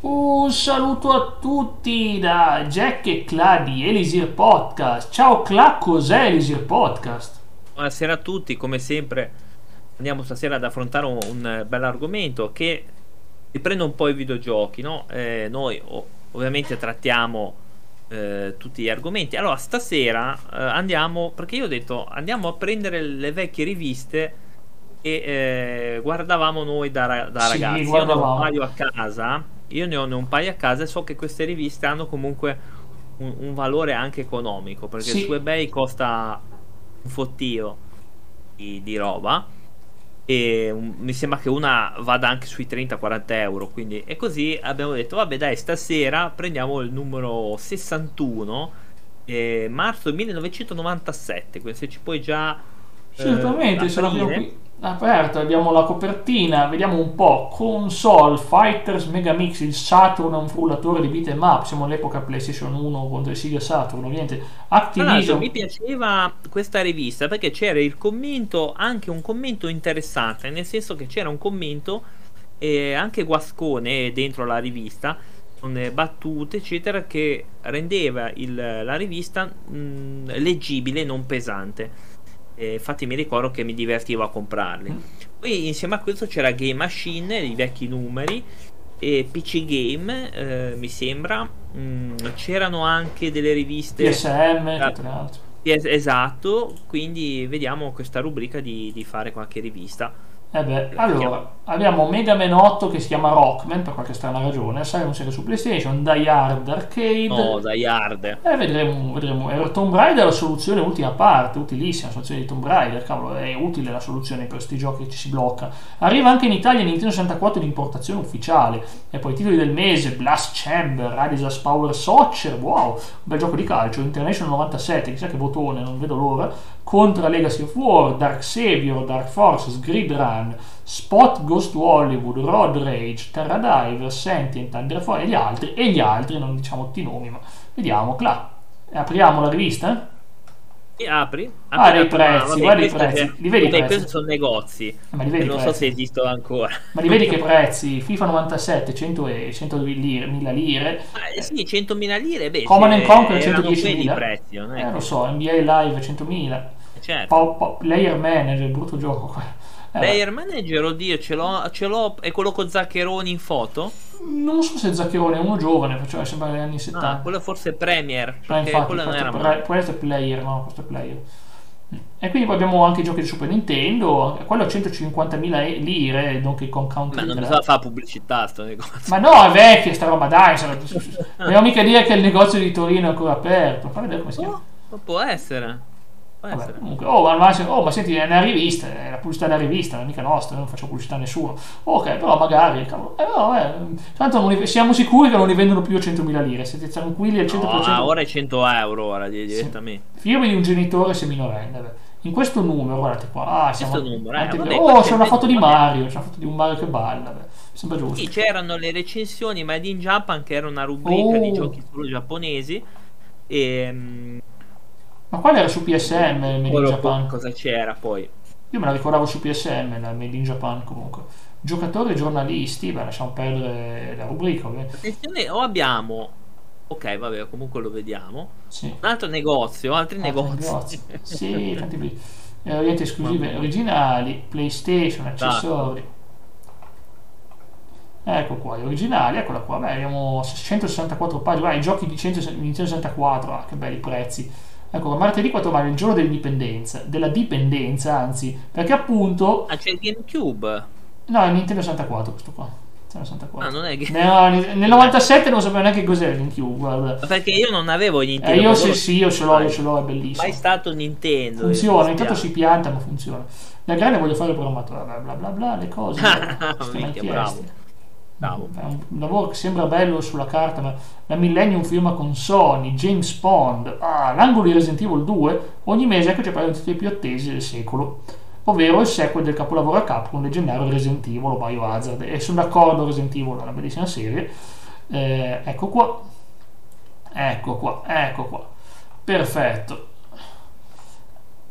Un saluto a tutti da Jack e Cla di Elisir Podcast. Ciao Cla, cos'è Elisir Podcast? Buonasera a tutti, come sempre andiamo stasera ad affrontare un bel argomento che riprende un po' i videogiochi, no? Noi ovviamente trattiamo tutti gli argomenti. Allora, stasera andiamo, perché io ho detto andiamo a prendere le vecchie riviste che guardavamo noi da Sì, ragazzi. Io ne ho un guardavamo. paio a casa, ne ho un paio a casa e so che queste riviste hanno comunque un valore anche economico, perché su Sì, eBay costa un fottio di roba e mi sembra che una vada anche sui 30-40 euro, quindi e così abbiamo detto vabbè dai, stasera prendiamo il numero 61, marzo 1997, quindi se ci puoi già certamente, ce l'abbiamo aprire. qui aperto, abbiamo la copertina, vediamo un po'. Console, Fighters Megamix, il Saturn è un frullatore di beat 'em up, siamo all'epoca PlayStation 1 contro il Sega Saturn, ovviamente. Tra l'altro mi Activision, piaceva questa rivista perché c'era il commento, anche un commento interessante, nel senso che c'era un commento anche guascone dentro la rivista, con battute, eccetera, che rendeva la rivista leggibile, non pesante. Infatti mi ricordo che mi divertivo a comprarli. Poi insieme a questo c'era Game Machine, i vecchi numeri, e PC Game, mi sembra. C'erano anche delle riviste. PSM, che eh, tra l'altro. Esatto, quindi vediamo questa rubrica di fare qualche rivista. Eh beh, Perché- allora, abbiamo Mega Man 8 che si chiama Rockman per qualche strana ragione, sai, un serie su PlayStation, Die Hard No, Arcade, Die Hard. vedremo. Era Tomb Raider la soluzione ultima parte, utilissima la soluzione di Tomb Raider, cavolo, è utile la soluzione per questi giochi che ci si blocca. Arriva anche in Italia Nintendo 64 in importazione ufficiale, e poi i titoli del mese, Blast Chamber, Radisas Power Soccer, wow, un bel gioco di calcio, International 97, chissà che votone, non vedo l'ora, Contra Legacy of War, Dark Savior, Dark Forces, Grid Run, Spot Ghost to Hollywood, Road Rage, Terra Diver, Sentient, Underfall e gli altri, non diciamo tutti i nomi, ma vediamo, là. Apriamo la rivista? E apri, Ah, apri dei la prima. prezzi, Vabbè, guarda i questo prezzi, li vedi i vabbè, prezzi? questi sono negozi. Ma li vedi i Non so prezzi? se esistono ancora. Ma li vedi che prezzi? FIFA 97, 100 e 100 lire, 1000 lire, Sì, 100.000 lire, beh, Command and Conquer erano quelli i 110.000, prezzi, non è lo che. so, NBA Live 100.000, Certo. Player Manager, brutto gioco quello. Vabbè. Player Manager, oddio, ce l'ho, è quello con Zaccheroni in foto? Non so se Zaccherone è uno giovane, faceva sembra negli anni Ah, 70. quello forse è Premier, Ma perché infatti, quello non era male. questo è player, no? Questo è player. E quindi poi abbiamo anche i giochi di Super Nintendo, quello a 150.000 lire, Donkey Kong Ma Country non 3. bisogna fare pubblicità sto negozio. Ma no, è vecchia sta roba, dai, dobbiamo mica dire che il negozio di Torino è ancora aperto. Fammi vedere come si chiama. Oh, può essere. Può Vabbè, essere. comunque, ma senti, è una rivista, è la pubblicità della rivista, non è mica nostra, non faccio pubblicità a nessuno. Ok, però magari, cavolo, no, tanto siamo sicuri che non li vendono più a 100.000 lire, siete tranquilli al No, ma 100%. ora è 100 euro, ora Sì. direttamente. Firme di un genitore seminorenne. Beh. In questo numero, guardate qua, Questo siamo numero, vabbè, qua oh, c'è c'è una foto di vabbè. Mario, c'è una foto di un Mario che balla, beh. Sembra Sì, giusto. c'erano le recensioni Made in Japan, che era una rubrica di Oh, giochi solo giapponesi. E ma quale era su PSM, non il Made in ricordo Japan? cosa c'era poi. Io me la ricordavo su PSM, la Made in Japan comunque. Giocatori e giornalisti, beh, lasciamo perdere la rubrica, ovviamente. Attenzione, o abbiamo. Ok, vabbè, comunque lo vediamo. Sì, Un altro negozio, altri altri negozi. negozi. Sì, tanti qui. Oriente Mamma esclusive mia. originali, PlayStation, Sacco. accessori. Ecco qua, gli originali, eccola qua. Beh, abbiamo 164 pagine. Ah, i giochi di Nintendo 64, ah, che belli prezzi. Ecco, qua, martedì 4 maggio, il giorno dell'indipendenza, della dipendenza, anzi, perché appunto. Ah, c'è il GameCube. No, è Nintendo 64 questo qua. Nintendo Ah, 64. non è che. No, nel 97 non sapevo neanche cos'era il GameCube, guarda. Perché io non avevo i Nintendo, Io per sì, quello sì, io ce l'ho, è mai bellissimo. stato Nintendo, mi Funziona, intanto si dispiace. pianta, ma funziona. Da grande voglio fare il programmatore, bla bla bla bla, le cose, sistema Minchia, bravo. inchieste. Bravo. È un lavoro che sembra bello sulla carta, ma la Millennium firma con Sony, James Bond, l'angolo di Resident Evil 2, ogni mese ecco c'è per i titoli più attesi del secolo, ovvero il sequel del capolavoro a Capcom leggendario Resident Evil o Biohazard. E sono d'accordo, Resident Evil è una bellissima serie. Ecco qua, ecco qua, ecco qua. Perfetto.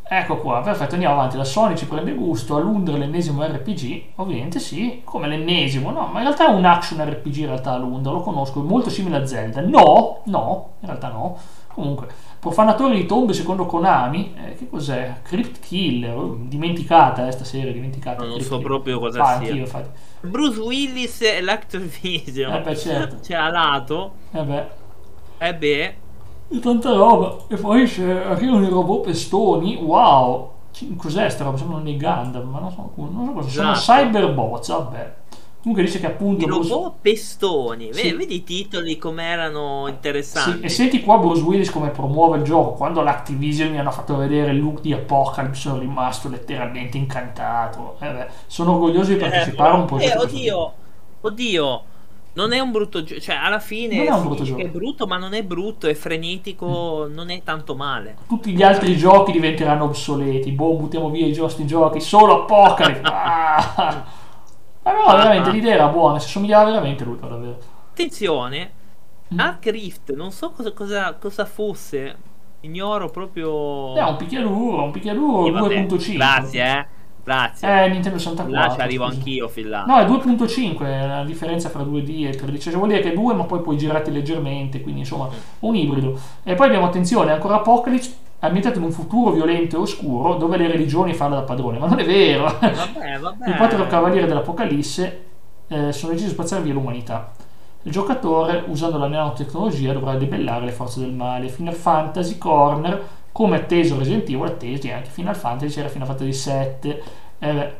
Ecco qua, perfetto, andiamo avanti. La Sony ci prende gusto a Lundra l'ennesimo RPG, ovviamente sì, come l'ennesimo, no, ma in realtà è un action RPG in realtà Lundra, lo conosco, è molto simile a Zelda. No, no, in realtà no. Comunque, Profanatori di tombe secondo Konami, che cos'è? Crypt Killer, dimenticata sta serie, dimenticata. Non Crypt so Killer. proprio cosa Anch'io, sia. infatti. Bruce Willis e l'Activision. Beh, certo. Cioè, a lato. Beh. E beh. E tanta roba. E poi arrivano i robot pestoni. Wow. Cos'è sta roba? Sembrano dei Gundam, ma non so cosa. Sono Esatto. Cyberbots, vabbè. Comunque dice che I appunto robot pestoni. Sì, Vedi i titoli com'erano sì, e interessanti. senti qua Bruce Willis come promuove il gioco. Quando l'Activision mi hanno fatto vedere il look di Apocalypse sono rimasto letteralmente incantato. Beh, sono orgoglioso di partecipare a un progetto di questo tipo. Oddio. Oddio. Non è un brutto gioco. Cioè, alla Non è fine un si brutto dice che è gioco. brutto, ma non è brutto. È frenetico. Non è tanto male. Tutti gli altri giochi diventeranno obsoleti. Boh, buttiamo via i nostri giochi. Solo Apocalypse. Ah! Ma no, Ah, veramente ah. l'idea era buona. Si somigliava veramente a lui, davvero. Attenzione. Mm. Dark Rift. Non so cosa fosse. Ignoro È proprio. un picchiaduro E vabbè. 2.5. Grazie, eh. Grazie. Nintendo Là ci 64, arrivo scusa. anch'io fin là. No, è 2.5, è la differenza fra 2D e 3D. Cioè vuol dire che è 2, ma poi puoi girarti leggermente, quindi insomma, Mm. un ibrido. E poi abbiamo, attenzione, ancora Apocalypse, ambientato in un futuro violento e oscuro, dove le religioni fanno da padrone. Ma non è vero! Vabbè, Il quattro vabbè. cavalieri dell'Apocalisse sono decisi di spazzare via l'umanità. Il giocatore, usando la nanotecnologia, dovrà debellare le forze del male. Final Fantasy Corner, come atteso Resident Evil, attesi anche Final Fantasy, c'era Final Fantasy 7. Beh.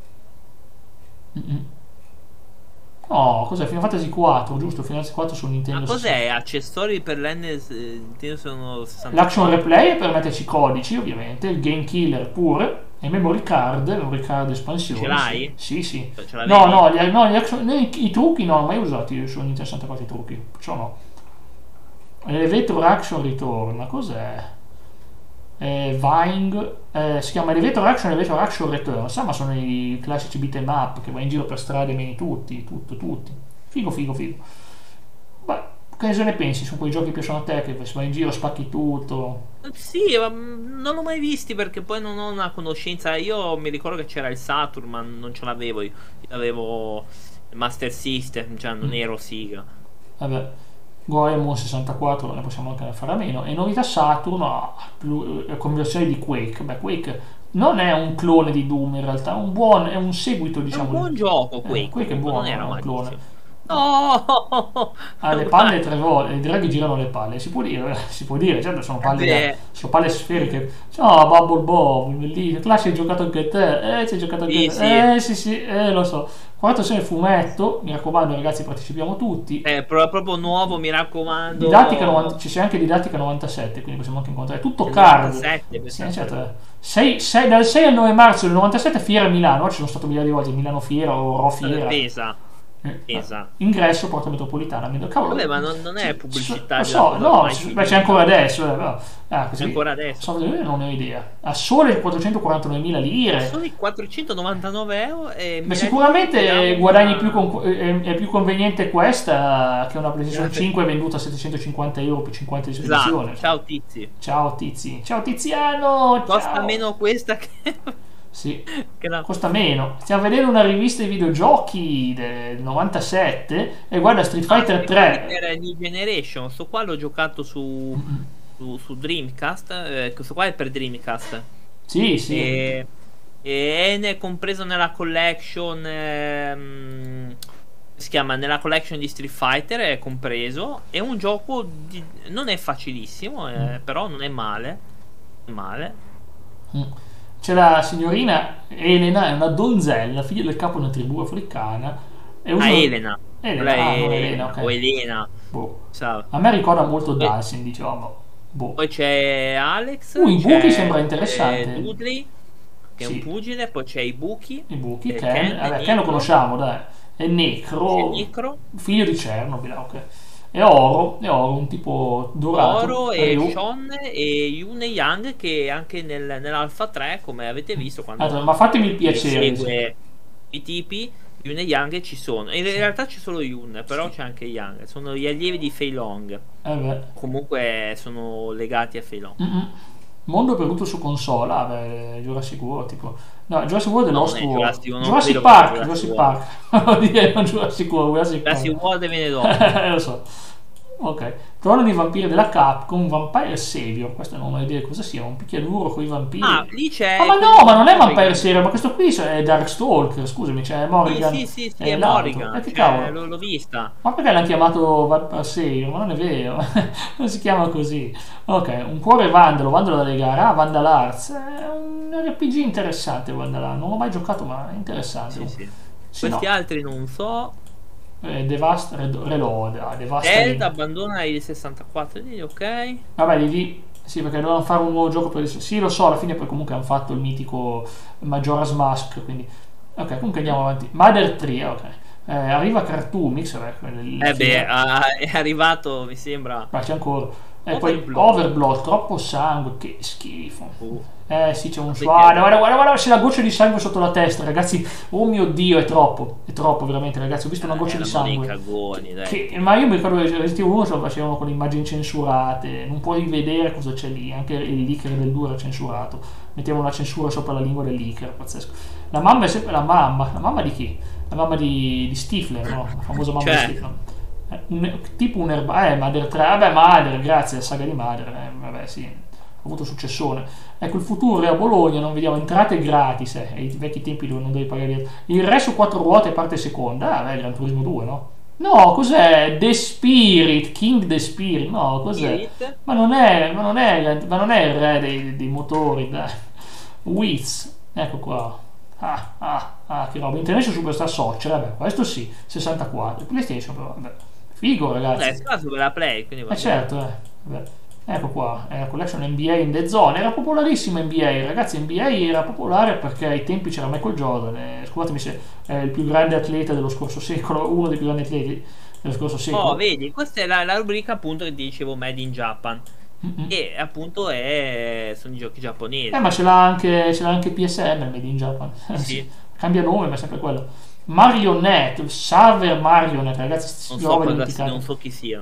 Mm-mm. No, cos'è? Final Fantasy 4, giusto? Final Fantasy 4 su Ma Nintendo cos'è? 64. Accessori per l'NS Nintendo sono L'action 64? replay per metterci codici, ovviamente, il game killer pure, e memory card Ce espansione, sì, l'hai? sì, sì. Cioè, ce No, l'avevi? no, i trucchi no, mai usati su Nintendo 64 i trucchi, perciò no. Elevator Action Return, ma cos'è? Ving, si chiama Elevator Action Return, sa, ma sono i classici beat 'em up che vai in giro per strade e meni tutti, tutto, tutti. Figo, figo, figo. Beh, che cosa ne pensi su quei giochi che piacciono a te, che vai in giro, spacchi tutto? Sì, ma non l'ho mai visti perché poi non ho una conoscenza. Io mi ricordo che c'era il Saturn, ma non ce l'avevo io. Io avevo il Master System, cioè non Mm. ero Siga. Vabbè, Goemon 64 ne possiamo anche fare a meno. E novità Saturn, conversione di Quake. Beh, Quake non è un clone di Doom in realtà, è un seguito, È un diciamo. buon gioco Quake, Quake è comunque, non buono, non era è un clone. malissimo. No. No! Ha le palle tre volte, i draghi girano le palle, si può dire, certo sono palle, Beh, sono palle sferiche. Ciao Bubble Bob, bellissimo, là ci hai giocato anche te, ci hai giocato anche sì, sì. te, sì sì, lo so. Quanto sei il fumetto, mi raccomando ragazzi partecipiamo tutti. Proprio nuovo, mi Didattica raccomando. 90, ci c'è anche didattica 97, quindi possiamo anche incontrare tutto Del card. 97, Sì, pensate. certo. Dal 6 al 9 marzo del 97 Fiera a Milano, ci sono stato miliardi di volte, Milano Fiera o Ro Fiera. Pesa, Eh, pesa. Ingresso porta metropolitana, cavolo. Vabbè, ma non è pubblicità Lo della so, cosa no, ormai beh, c'è finita. ancora adesso, però. C'è Così. ancora adesso. Non ne ho idea. A sole 449.000 Ma lire. sono i 499 euro e Beh, mi regalo sicuramente guadagni una... è più conveniente questa che una PlayStation Grazie. 5 venduta a 750 euro più 50 di Esatto, spedizione. ciao tizi. Ciao Tizi. Ciao Tiziano. Costa Ciao. meno questa che... Sì, che la... costa meno. Stiamo vedendo una rivista di videogiochi del 97 e guarda Street Ah, Fighter Street Fighter 3. per New Generation. Sto qua l'ho giocato su Dreamcast. Questo qua è per Dreamcast. Sì, sì. E, e è compreso nella collection. Si chiama nella collection di Street Fighter. È compreso. È un gioco non è facilissimo, però non è male. Non è male. Mm. C'è la signorina Elena, è una donzella, figlia del capo di una tribù africana. E Ah, usa... Elena. Elena, non Elena, ok. O Elena. Boh. Sa. A me ricorda molto Poi, Dalsin, diciamo. Boh. poi c'è Alex. Ibuki C'è sembra interessante. Dudley, che è un Sì, pugile. Poi c'è Ibuki. Ibuki, Ken, Vabbè, Ken lo Nicro. conosciamo, dai. E C'è Necro, Nicro. figlio di Chernobyl, ok. E Oro, un tipo dorato. Oro e Ryu. Sean e Yune Yang, che anche nell'Alpha 3, come avete visto, quando Ma fatemi il chi piacere. segue i tipi, Yune e Yang ci sono. In realtà c'è solo Yune, però c'è anche Yang. Sono gli allievi di Fei Long. Beh. Comunque sono legati a Fei Long. Mm-mm. Mondo perduto su console, ah beh, Jurassic World, tipo... No, Jurassic World è No, non Lost è World. Jurassic, non Jurassic credo che sia Park, Jurassic Jurassic World. Park. Vuol dire non Jurassic World, Jurassic Park. Jurassic World viene dopo. Lo so. Ok. Tornano i vampiri della Capcom, Vampire Savior. Questo non ho idea cosa sia, un picchiaduro con i vampiri. Ah, lì Ah, c'è ma quello no, di ma non è Morrigan. Vampire Savior, ma questo qui è Darkstalker, scusami, c'è Sì, Morrigan sì, sì, sì, e è l'altro. Morrigan, Che cioè, cavolo? l'ho vista. Ma perché l'hanno chiamato Vampire Savior? Ma non è vero, non si chiama così. Ok, un cuore vandalo, vandalo da legare. Ah, Vandal Hearts, è un RPG interessante Vandal Hearts, non l'ho mai giocato ma è Sì, interessante. sì. Sì, Questi no. altri non so. Reload, ah, Devasta Zelda Link. abbandona il 64 lì, ok. Vabbè, lì sì, perché dovevano fare un nuovo gioco per il... Sì, lo so, alla fine poi comunque hanno fatto il mitico Majora's Mask, quindi... Ok, comunque andiamo avanti. Mother 3, ok. Arriva Cartoon Mix, la Eh beh, fine... è arrivato, mi sembra. Ma c'è ancora. E poi Overblood. Overblood, troppo sangue, che schifo. Uh, Sì, c'è un suo. perché? Guarda, guarda, guarda, c'è la goccia di sangue sotto la testa, ragazzi. Oh mio Dio, è troppo, veramente, ragazzi. Ho visto una goccia di Erano dei sangue. cagoni, dai. Ma io mi ricordo che Resident Evil 1 ce lo facevano con le immagini censurate, non puoi vedere cosa c'è lì, anche il leaker del 2 era censurato, mettevano una censura sopra la lingua del leaker, pazzesco. La mamma è sempre la mamma di chi? La mamma di Stifler, no? La famosa mamma di Cioè, Stifler. Tipo un erba, Mother 3, vabbè, Mother, grazie, la saga di Mother, vabbè, sì, ha avuto successone. Ecco, il futuro è a Bologna, non vediamo entrate gratis, ai vecchi tempi dove non devi pagare niente. Il re su quattro ruote parte seconda, beh, Gran Turismo 2, no? No, cos'è? The Spirit, King The Spirit, no, cos'è? Spirit. Ma non è il re dei motori, dai. Wiz, ecco qua. Che roba. International Superstar Soccer, vabbè, questo sì, 64. PlayStation però, vabbè. Figo, È ragazzi. scaso per la Play, quindi va bene. Certo, vabbè. Ecco qua, la collection NBA in the zone, era popolarissima NBA, ragazzi, NBA era popolare perché ai tempi c'era Michael Jordan, scusatemi se è il più grande atleta dello scorso secolo, uno dei più grandi atleti dello scorso Oh, secolo. vedi, questa è la rubrica appunto che ti dicevo Made in Japan. Mm-mm. E appunto sono i giochi giapponesi. Ma ce l'ha anche PSM, il Made in Japan. Sì. Sì, Cambia nome, ma è sempre quello. Marionette, Server Marionette, ragazzi, non so roba cosa dimenticata. non so chi sia.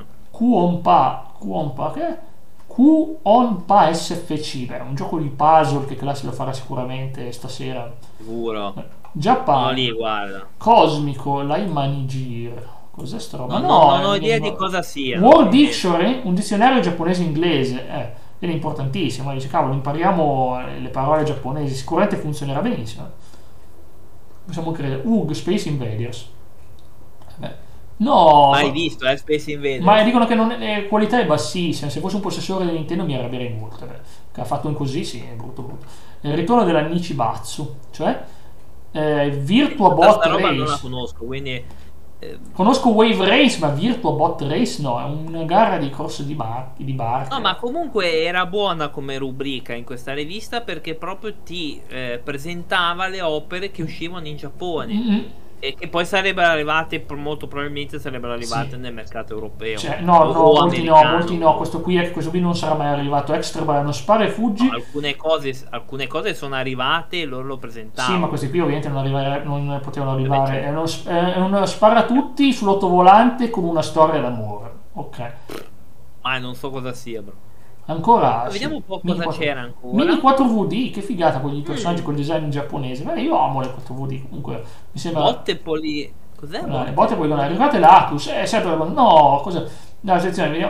Q-Onpa, che è? Q-Onpa SFC, beh, è un gioco di puzzle che Classic lo farà sicuramente stasera. Sicuro. No, Japan, lì, guarda. Cosmico, Laimanigir. Cos'è sta roba? No, Non ho idea di cosa sia. World Dictionary, un dizionario giapponese-inglese. È importantissimo. Dice, cavolo, impariamo le parole giapponesi. Sicuramente funzionerà benissimo. Possiamo credere. Space Invaders. Beh, Mai no, visto, Space ma Invaders. dicono che la qualità è bassissima. Se fossi un possessore di Nintendo mi arrabbierei molto. Che ha fatto in così, sì, è brutto brutto. Il ritorno della Nichibatsu, cioè Virtua Tutta Bot sta roba non la Race. conosco, quindi Conosco Wave Race, ma Virtua Bot Race no, è una gara di corse di no, ma barche. comunque era buona come rubrica in questa rivista perché proprio ti presentava le opere che uscivano in Giappone Mm-mm. e che poi sarebbero arrivate, molto probabilmente sarebbero Sì. arrivate nel mercato europeo No, o americano. molti no, questo qui non sarà mai arrivato. Extra Ball, spara e No, fuggi. alcune cose sono arrivate e loro lo Sì, ma presentavano. questi qui ovviamente non potevano Vabbè, arrivare. certo. È uno sparatutti sull'ottovolante con una storia d'amore. Ok. Ma non so cosa sia, bro. Ancora, sì. Vediamo un po' Mini cosa 4, c'era Mini ancora. 4VD, che figata con i personaggi, Mm, col design giapponese. Beh, io amo le 4VD, comunque mi sembra. botte poli. Cos'è Le botte? botte poligonali, arrivate l'Atus, sempre no, cosa? No, sezione, vediamo.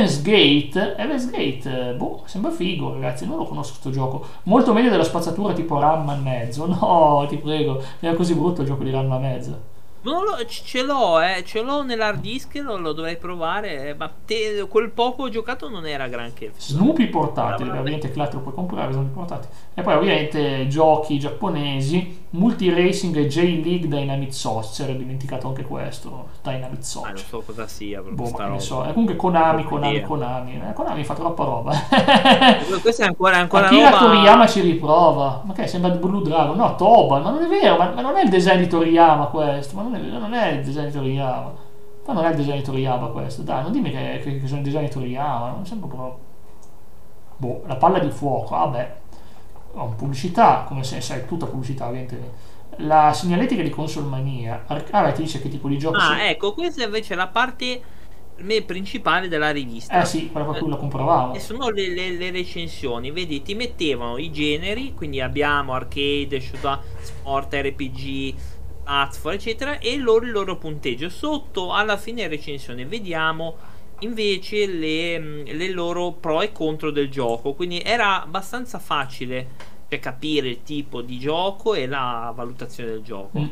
Evans Gate, sembra figo, ragazzi, non lo conosco sto gioco. Molto meglio della spazzatura tipo Ramma e mezzo. No, ti prego, era così brutto il gioco di Ramma e mezzo. Ce l'ho nell'hard disk, lo dovrei provare. Ma quel poco ho giocato non era granché. Snoopy Era portatile, veramente- ovviamente Clash lo puoi comprare, Snoopy portatile. E poi ovviamente giochi giapponesi, Multi Racing e J-League Dynamic Soccer, ho dimenticato anche questo, Dynamic Ma non Soccer. so cosa sia proprio Boh, ma sta che ne roba. so. E comunque Konami, Non ho idea. Konami fa troppa roba. Questa è ancora Akira Toriyama roba. ci riprova. Ma che sembra di Blue Dragon? No, Toba, ma non è vero, ma non è il design di Toriyama questo, non è il design di Toriyama. Ma non è il design di Toriyama questo, dai, non dimmi che sono il design di Toriyama, non sembra proprio. Boh, la palla di fuoco, vabbè. Pubblicità, come se sai, tutta pubblicità, ovviamente. La segnaletica di Console Mania. Beh, ti dice che tipo di gioco Ah, ecco, questa invece è la parte per me principale della rivista. Sì, quella per cui lo compravamo. E sono le recensioni, vedi, ti mettevano i generi, quindi abbiamo arcade, shoot, sport, RPG, platform, eccetera, e il loro punteggio. Sotto, alla fine recensione, vediamo invece le loro pro e contro del gioco. Quindi era abbastanza facile per capire il tipo di gioco e la valutazione del gioco.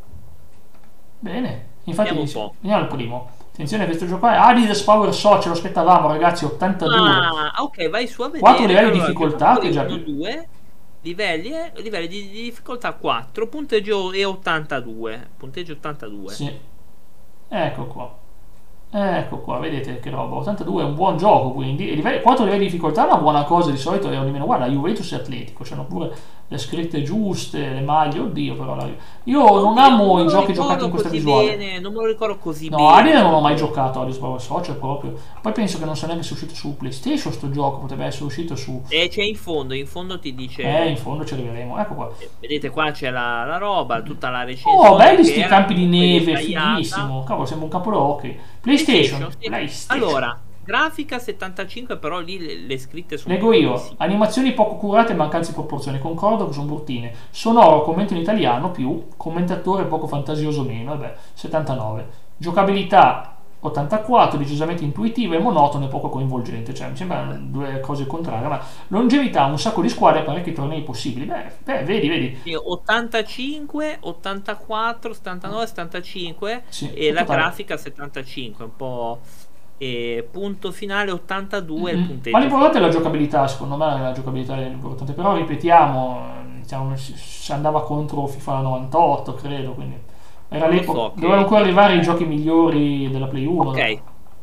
Bene, infatti Vediamo un po'. vediamo il primo. Attenzione, questo gioco è Hades Power Soul, ce lo aspettavamo ragazzi, 82. Ah, ok, vai su a 4 vedere. livelli di Allora, difficoltà, che giocatori già 1, più. 2, livelli di difficoltà 4, punteggio e 82. Punteggio 82. Sì, ecco qua. Ecco qua, vedete che roba. 82 è un buon gioco, quindi. E 4 livelli di difficoltà è una buona cosa, di solito è un di meno. Guarda, Juventus è atletico, c'hanno pure le scritte giuste, le maglie, oddio però. Io non Oddio, non amo me i lo giochi giocati ricordo in questa così visuale. bene, non me lo ricordo così No, bene. Alien non ho mai giocato a Hades Power Social proprio. Poi penso che non sia neanche se è uscito su PlayStation sto gioco, potrebbe essere uscito su. E c'è in fondo ti dice. In fondo ci arriveremo. Ecco qua. Vedete qua c'è la roba, tutta la recensione. Oh, belli che sti era campi di comunque neve, dettagliata. fighissimo. Cavolo, sembra un campo da hockey. PlayStation. Sì. PlayStation. Allora, grafica 75, però lì le scritte sono Leggo io, pochissime. animazioni poco curate e mancanze di proporzioni, concordo che sono bruttine. Sonoro, commento in italiano, più, commentatore poco fantasioso, meno, 79. Giocabilità 84, decisamente intuitiva e monotona e poco coinvolgente, cioè mi sembrano due cose contrarie, ma longevità, un sacco di squadre e parecchi tornei possibili. Vedi. Sì, 85, 84, 79, 75 Sì, e la totale. grafica 75, un po'. E punto finale 82 il punteggio. Ma l'importante è la giocabilità, secondo me la giocabilità è l'importante, però ripetiamo, diciamo, si andava contro FIFA 98, credo, quindi era Non lo l'epoca, so, dovevano ancora arrivare i giochi migliori della Play 1. Ok.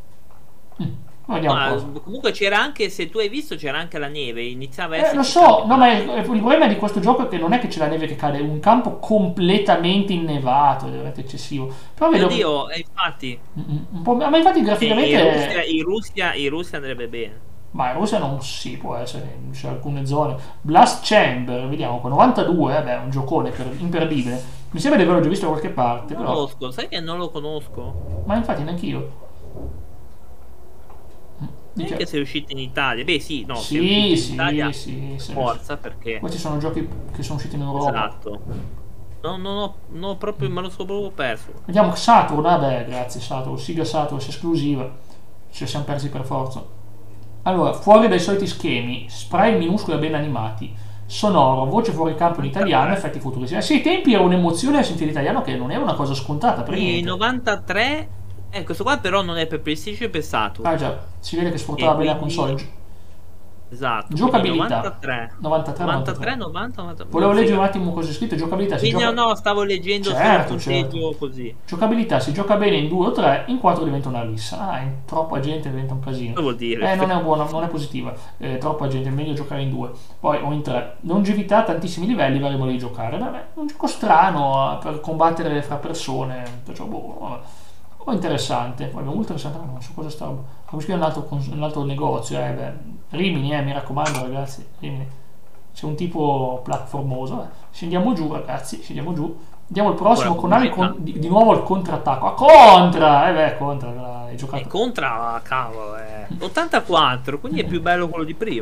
Vediamo un po'. Ma comunque c'era anche, se tu hai visto, c'era anche la neve, iniziava a Lo esserci so, tanti no, ma campi. il problema di questo gioco è che non è che c'è la neve che cade, è un campo completamente innevato, è veramente eccessivo. Però vedo Oddio, infatti, un po', ma infatti graficamente. In Russia andrebbe bene. Ma in Russia non si può essere, c'è alcune zone. Blast Chamber, vediamo qua, 92, è un giocone imperdibile. Mi sembra di averlo già visto da qualche parte, Non però. lo conosco, sai che non lo conosco? Ma infatti neanch'io. Non è che sei uscito in Italia. Beh, sì, no, sei Sì, uscito in Italia sì. forza perché. Questi sono giochi che sono usciti in Europa. Esatto. No, no, proprio me lo sono proprio perso. Vediamo Saturn, grazie Saturn, Sega Saturn, esclusiva. Ci siamo persi per forza. Allora, fuori dai soliti schemi, sprite minuscoli e ben animati, sonoro, voce fuori campo in italiano, effetti futuristici. Sì, ai tempi era un'emozione a sentire l'italiano che non era una cosa scontata per Quindi niente. 93. Questo qua però non è per PlayStation, è per Saturn. Ah già, si vede che sfruttava bene la quindi- console. Esatto. Giocabilità. 93. 93, 90. Volevo leggere un attimo cosa è scritto. Giocabilità si Quindi gioca. no, stavo leggendo Certo, sul punteggio così. Giocabilità si gioca bene in 2 o 3, in 4 diventa una rissa. In troppa gente diventa un casino. Cosa vuol dire? Non è buona, non è positiva. Troppa gente, è meglio giocare in 2. Poi o in 3. Longevità, tantissimi livelli, vari modi di giocare. È un gioco strano per combattere fra persone. Perciò vabbè. Interessante. Poi molto interessante, ma non so cosa sta. Come si chiama un altro negozio? Rimini, mi raccomando, ragazzi. Rimini. C'è un tipo platformoso. Scendiamo giù, ragazzi. Scendiamo giù. Andiamo al prossimo con Navi di nuovo il contrattacco. Contra! Contra. Hai giocato. Contra, cavolo. 84, quindi è più bello quello di prima.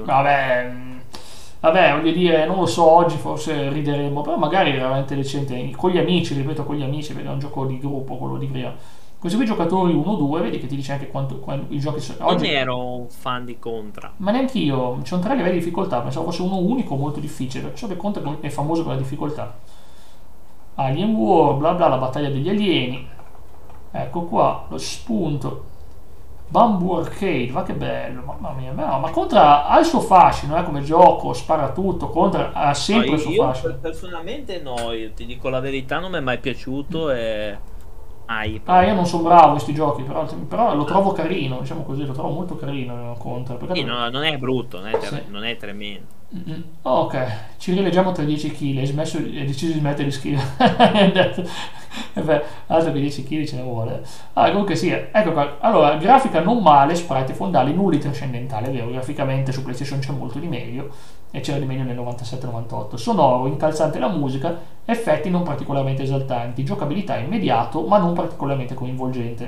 Vabbè, voglio dire, non lo so, oggi forse rideremo, però magari è veramente decente. Con gli amici, ripeto, perché è un gioco di gruppo, quello di prima. Così qui giocatori 1-2, vedi che ti dice anche quanto i giochi sono. Non ero un fan di Contra. Ma neanche io, c'è un 3 livelli di difficoltà, pensavo fosse uno unico molto difficile, perché so che Contra è famoso per la difficoltà. Alien War, bla bla, la battaglia degli alieni. Ecco qua, lo spunto. Bamboo Arcade, va che bello, mamma mia, ma Contra ha il suo fascino, come gioco, spara tutto, Contra ha sempre il suo fascino. Personalmente no, io ti dico la verità, non mi è mai piaciuto e. Io non sono bravo in questi giochi, però lo trovo carino, diciamo così, lo trovo molto carino Contra. Sì, no, non è brutto, non è tremendo. Ok, ci rileggiamo tra 10 kg, hai deciso di smettere di scrivere. Altro che 10 kg ce ne vuole. Comunque sì, ecco qua. Allora, grafica non male, sprite fondali, nulli trascendentali, è vero, graficamente su PlayStation c'è molto di meglio, e c'era di meglio nel 97-98. Sonoro, incalzante la musica, effetti non particolarmente esaltanti, giocabilità immediato, ma non particolarmente coinvolgente.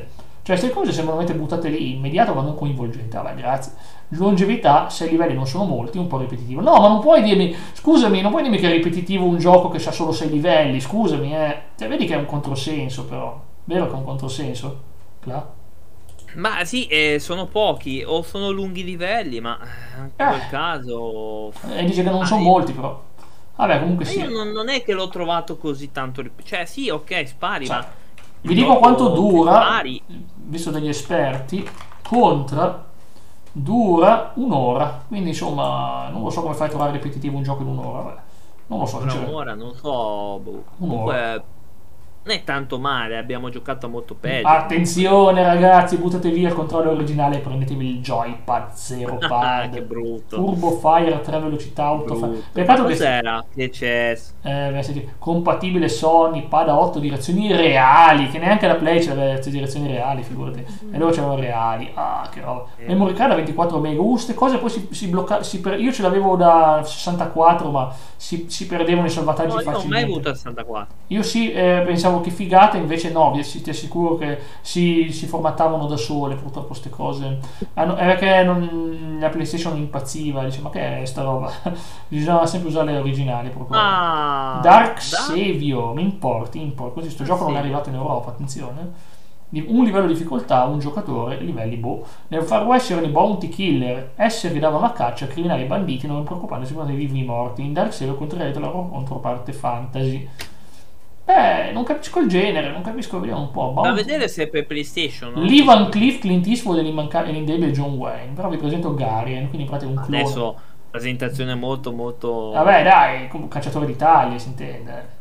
Cioè, queste cose sembrano avete buttate lì, immediato ma non coinvolgente. Vabbè, grazie. Longevità, 6 livelli non sono molti, un po' ripetitivo. No, ma non puoi dirmi, scusami, non puoi dirmi che è ripetitivo un gioco che ha solo 6 livelli, scusami, eh. Cioè, vedi che è un controsenso, però. Vero che è un controsenso? Là? Ma sì, sono pochi o sono lunghi livelli, ma anche in quel Eh, caso. e dice che non Ah, sono molti, però. Vabbè, comunque io sì. non è che l'ho trovato così tanto. Cioè, sì, ok, spari, Cioè, ma il vi dico quanto gioco che dura, spari. visto dagli esperti, Contra dura un'ora. Quindi, insomma, non lo so come fai a trovare ripetitivo un gioco in un'ora. Vabbè. Non lo so, Ora sinceramente. un'ora, non so. Boh. Un'ora. Comunque, non è tanto male. Abbiamo giocato a molto peggio. Comunque, Attenzione ragazzi, buttate via il controllo originale e prendetevi il Joypad Zero ah, che Pad. brutto. Turbo Fire a 3 velocità autofire. Brutto. Ma Peccato che cos'era? Che c'è? beh, sì, compatibile Sony, pad a 8 direzioni reali, che neanche la Play c'aveva le direzioni reali, figurati. E loro c'erano reali. Ah, che roba. Memory card a 24 mega. Queste cose poi si blocca. Io ce l'avevo da 64, ma si perdevano i salvataggi No, io non ho mai facilmente. avuto il 64. Io sì, pensavo che figata, invece no, ti assicuro che si formattavano da sole, purtroppo queste cose. È perché la PlayStation impazziva, dice ma che è sta roba? Bisognava sempre usare le originali, purtroppo. Ah, Dark Savior, import, così sto gioco non è sì. arrivato in Europa, attenzione. Un livello di difficoltà, un giocatore, livelli boh. Nel Far West erano i bounty killer, essi che davano a caccia a criminali e banditi non preoccupandosi per i vivi e i morti. In Dark Savior controllerete la loro controparte fantasy. Non capisco il genere, non capisco, vediamo un po'. Da Bounty. vedere se è per PlayStation, non Lee so Van su. Cleef, Clint Eastwood e l'indebile John Wayne. Però vi presento Garien, quindi in pratica un clone. Adesso presentazione molto molto. Vabbè, dai, come cacciatore d'Italia, si intende.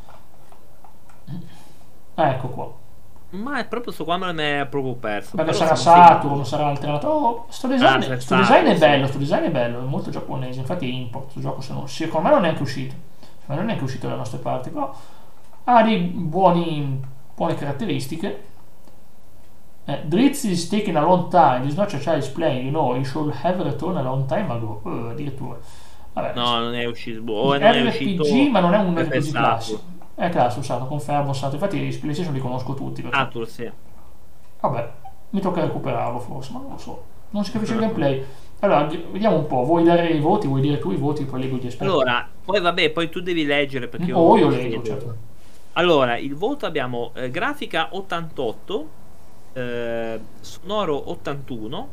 Ecco qua. Ma è proprio su qua me ne è proprio perso. Perché Però sarà siamo Saturn, sicuri. sarà alternato. Oh, Ah, c'è sto design è stato, sì. bello, sto design è bello, è molto giapponese, infatti è import, questo gioco se non, secondo me non è neanche uscito. Secondo me non è neanche uscito dalle nostre parti, però ha dei buone caratteristiche. Drizzy is taking a long time, this is not a child's play, you know, you should have returned a long time ago. Addirittura. Vabbè, No, non è uscito. Boh, non è uscito RPG, ma non è un per RPG classico. Saturn. È classico, usato, confermo, usato. Infatti i PlayStation li conosco tutti, perciò. Saturn, sì. Vabbè, mi tocca recuperarlo forse, ma non lo so. Non si capisce il gameplay. Allora, vediamo un po'. Vuoi dare i voti? Vuoi dire tu i voti? Poi leggo gli esperti. Allora, poi vabbè, poi tu devi leggere perché Io io leggo, chiedo. certo. Allora, il voto abbiamo grafica 88, sonoro 81,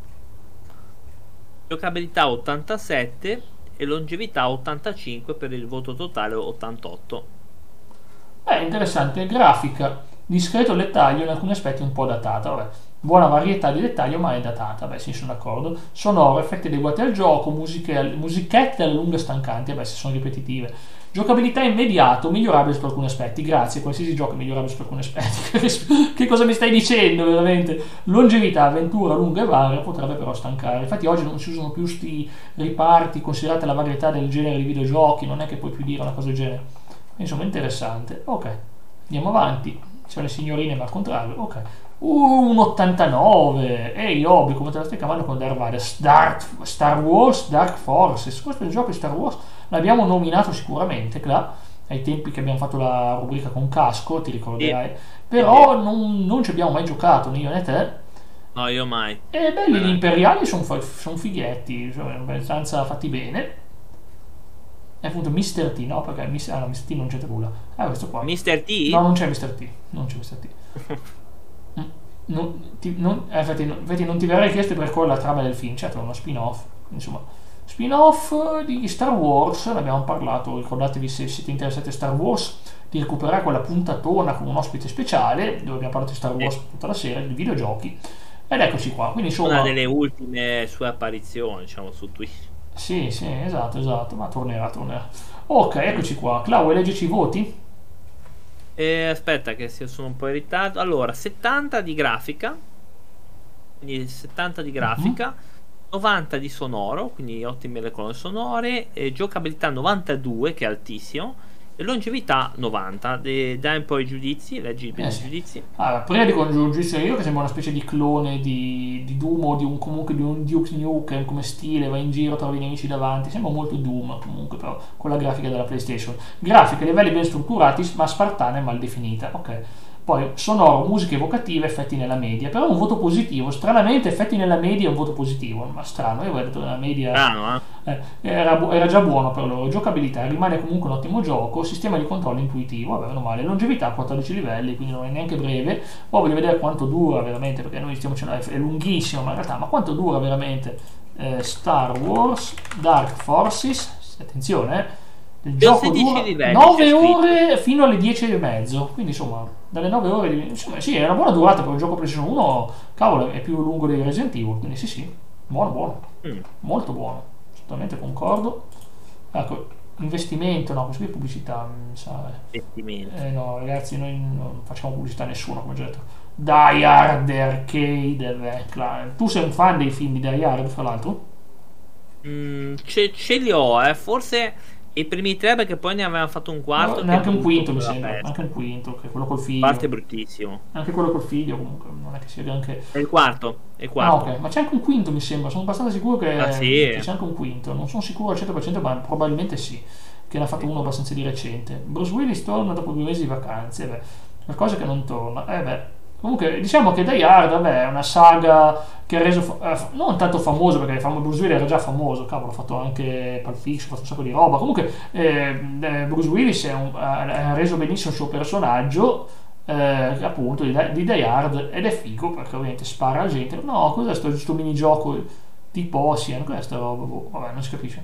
giocabilità 87 e longevità 85 per il voto totale 88. Interessante. Grafica, discreto dettaglio, in alcuni aspetti un po' datata. Vabbè. Buona varietà di dettaglio, ma è datata. Beh, sì, sono d'accordo. Sonoro, effetti adeguati al gioco, musichette alle lunghe stancanti. Beh, se sono ripetitive. Giocabilità immediato, migliorabile su alcuni aspetti. Grazie, qualsiasi gioco è migliorabile su alcuni aspetti. Che cosa mi stai dicendo, veramente? Longevità, avventura lunga e varia, potrebbe però stancare. Infatti oggi non si usano più sti riparti, considerate la varietà del genere di videogiochi, non è che puoi più dire una cosa del genere. Insomma, interessante. Ok, andiamo avanti. C'è le signorine, ma al contrario. Ok. Un 89. Ehi, Obi, come te la stai cavando con Darth Vader? Star Wars Dark Forces. Questo è il gioco di Star Wars. L'abbiamo nominato sicuramente, là, ai tempi che abbiamo fatto la rubrica con Casco, ti ricorderai. Però non ci abbiamo mai giocato, né io né te. No, io mai. E belli, gli imperiali sono fighetti, sono abbastanza fatti bene. E appunto Mr. T, no? Perché no, Mr. T non c'entra nulla. Questo qua. Mr. T? No, non c'è Mr. T. Non c'è Mr. T. Infatti non ti verrei chiesto per quella la trama del film, certo è uno spin-off. Insomma, spin-off di Star Wars, ne abbiamo parlato, ricordatevi se siete interessati a Star Wars, di recuperare quella puntatona con un ospite speciale, dove abbiamo parlato di Star Wars tutta la sera, di videogiochi. Ed eccoci qua, quindi insomma. Una delle ultime sue apparizioni, diciamo, su Twitch. Sì, esatto, ma tornerà. Ok, eccoci qua. Clau, vuoi leggerci i voti? Aspetta che sono un po' in ritardo. Allora, 70 di grafica, quindi 70 di grafica, 90 di sonoro, quindi ottime le colonne sonore, giocabilità 92 che è altissimo, e longevità 90. Dai un po' i giudizi, leggi bene i Sì. giudizi. Allora, prima di congiungere io che sembra una specie di clone di Doom o comunque di un Duke Nukem come stile, va in giro, trovi i nemici davanti, sembra molto Doom comunque, però con la grafica della PlayStation. Grafica, livelli ben strutturati ma spartana e mal definita. Ok. Poi sonoro, musiche evocative, effetti nella media, però è un voto positivo, stranamente effetti nella media è un voto positivo, ma strano, io avevo detto che la media Strano, era già buono per loro, giocabilità, rimane comunque un ottimo gioco, sistema di controllo intuitivo, vabbè meno male, longevità 14 livelli, quindi non è neanche breve, poi voglio vedere quanto dura veramente, perché noi stiamo dicendo è lunghissimo, ma in realtà, ma quanto dura veramente Star Wars Dark Forces, attenzione, il Io ho gioco 16 dura livelli, c'è 9 scritto. ore fino alle 10 e mezzo, quindi insomma, dalle 9 ore, insomma, sì, è una buona durata per un gioco PlayStation 1, cavolo, è più lungo di Resident Evil, quindi sì, sì, buono, buono, Mm. molto buono, assolutamente concordo. Ecco, investimento, no, questo qui è pubblicità, mi sa. Investimento. No, ragazzi, noi non facciamo pubblicità a nessuno, come già detto. Die Hard Arcade, tu sei un fan dei film di Die Hard, fra l'altro? Ce li ho, forse i primi tre, perché poi ne avevamo fatto un No, quarto che è neanche un brutto quinto come mi la sembra, peste. anche un quinto, che è quello col Parte figlio. bruttissimo. Anche quello col figlio comunque, non è che sia anche. È il quarto, è il Ah, quarto. ok, ma c'è anche un quinto mi sembra, sono abbastanza sicuro Ah che sì? c'è anche un quinto, non sono sicuro al 100%, ma probabilmente sì, che ne ha fatto Sì. uno abbastanza di recente. Bruce Willis torna dopo 2 mesi di vacanze, beh, qualcosa che non torna, beh. Comunque diciamo che Die Hard, vabbè, è una saga che ha reso, non tanto famoso, perché Bruce Willis era già famoso, cavolo, ha fatto anche Pulp Fiction, ha fatto un sacco di roba, comunque Bruce Willis ha reso benissimo il suo personaggio, appunto di Die Hard, ed è figo perché ovviamente spara alla gente. No, cos'è sto minigioco tipo Ossian? Cos'è sta roba? Boh, vabbè, non si capisce.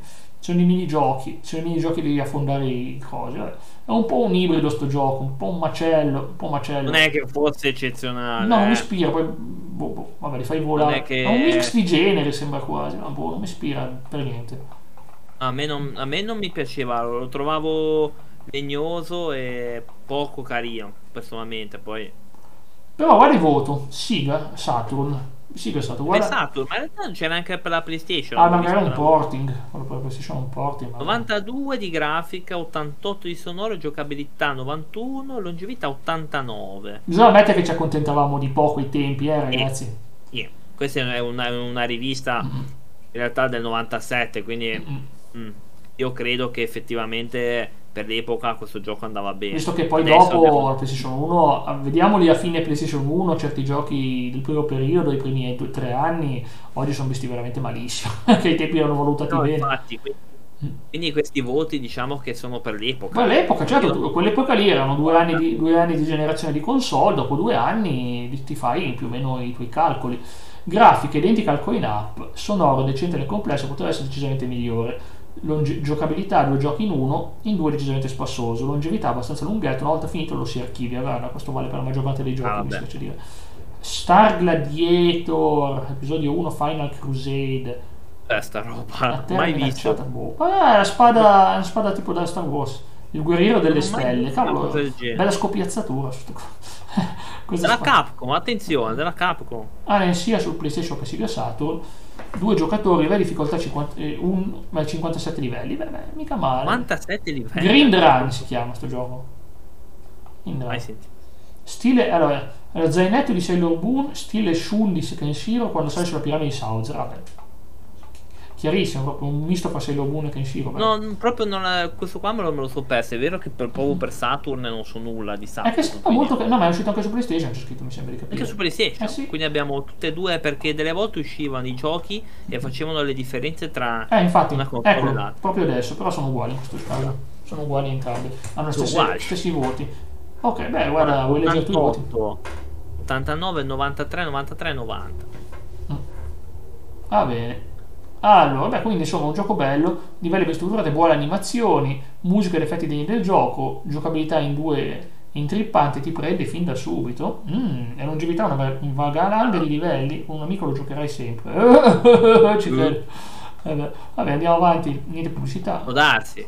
Sono i minigiochi di affondare i cosi. Vabbè. È un po' un ibrido sto gioco, un po' un macello, un po' un Non macello. è che fosse No, non mi eccezionale, eh. ispira, poi vabbè, li fai Non è volare. È un mix che di genere, sembra quasi. No, boh, non mi ispira per niente. a me non mi piaceva, lo trovavo legnoso e poco carino, personalmente. Poi Però guarda il voto, Siga Saturn. Siga Saturn, per guarda. Saturn, ma in realtà non c'era anche per la PlayStation, Ah, avevo magari è visto un che era porting. Quello per la PlayStation è un porting, magari. 92 di grafica, 88 di sonoro, giocabilità 91, longevità 89. Bisogna ammettere che ci accontentavamo di poco ai tempi, E, ragazzi. questa è una rivista Mm, in realtà del 97, quindi mm, mm. mm, io credo che effettivamente per l'epoca questo gioco andava bene. Visto che poi Adesso dopo la abbiamo. PlayStation 1, vediamoli a fine PlayStation 1, certi giochi del primo periodo, i primi 2 o 3 anni, oggi sono visti veramente malissimo, che ai tempi erano valutati No, bene. infatti, quindi questi voti diciamo che sono per l'epoca. Quell'epoca, certo, Io quell'epoca lì erano 2 anni di generazione di console, dopo 2 anni ti fai più o meno i tuoi calcoli. Grafica identica al coin-up, sonoro decente nel complesso, poteva essere decisamente migliore. Giocabilità, 2 giochi in due decisamente spassoso. Longevità abbastanza lunghetto, una volta finito lo si archivia. Guarda, questo vale per la maggior parte dei giochi, mi vabbè. spiace dire. Star Gladiator, episodio 1, Final Crusade. Sta La roba, terra mai minacciata, visto. boh. la spada tipo da Star Wars. Il guerriero Non delle ho mai stelle. visto una cosa Cavolo, del genere. bella scopiazzatura su sto questa Della spada. Capcom, attenzione, della Capcom. Sia sul PlayStation che Sega Saturn. 2 giocatori, livelli difficoltà 57 livelli. Beh, mica male. 97 livelli. Grind Run si chiama sto gioco. Grind Mai Run. sentito. Stile, allora, zainetto di Sailor Moon, stile Shun di Kenshiro quando sale sulla piramide di Sauzer. Vabbè. Chiarissimo, proprio un misto fra Sailor Moon e Kenshiro. Vabbè. No, proprio non questo qua me lo so perso. È vero che proprio per Saturn non so nulla di È che Saturn. sembra molto. No, ma è uscito anche su PlayStation, c'è scritto, mi sembra di capire. Anche su PlayStation. Sì. Quindi abbiamo tutte e due, perché delle volte uscivano i giochi e facevano le differenze tra Infatti, una console e eccolo, l'altra. proprio adesso, però sono uguali in questo caso. Sono uguali entrambi. Hanno Sono stessi, uguali. stessi voti. Ok, beh, guarda, vuoi leggere tu i voti? 88, 89, 93, 93, 90. Mm. Va bene. Allora, beh, quindi insomma un gioco bello, livelli ben strutturati, buone animazioni, musica ed effetti degni del gioco, giocabilità in due intrippante, ti prende fin da subito. E longevità una valanga di livelli, con un amico lo giocherai sempre. Ci credo. Vabbè, andiamo avanti, niente pubblicità. Può darsi.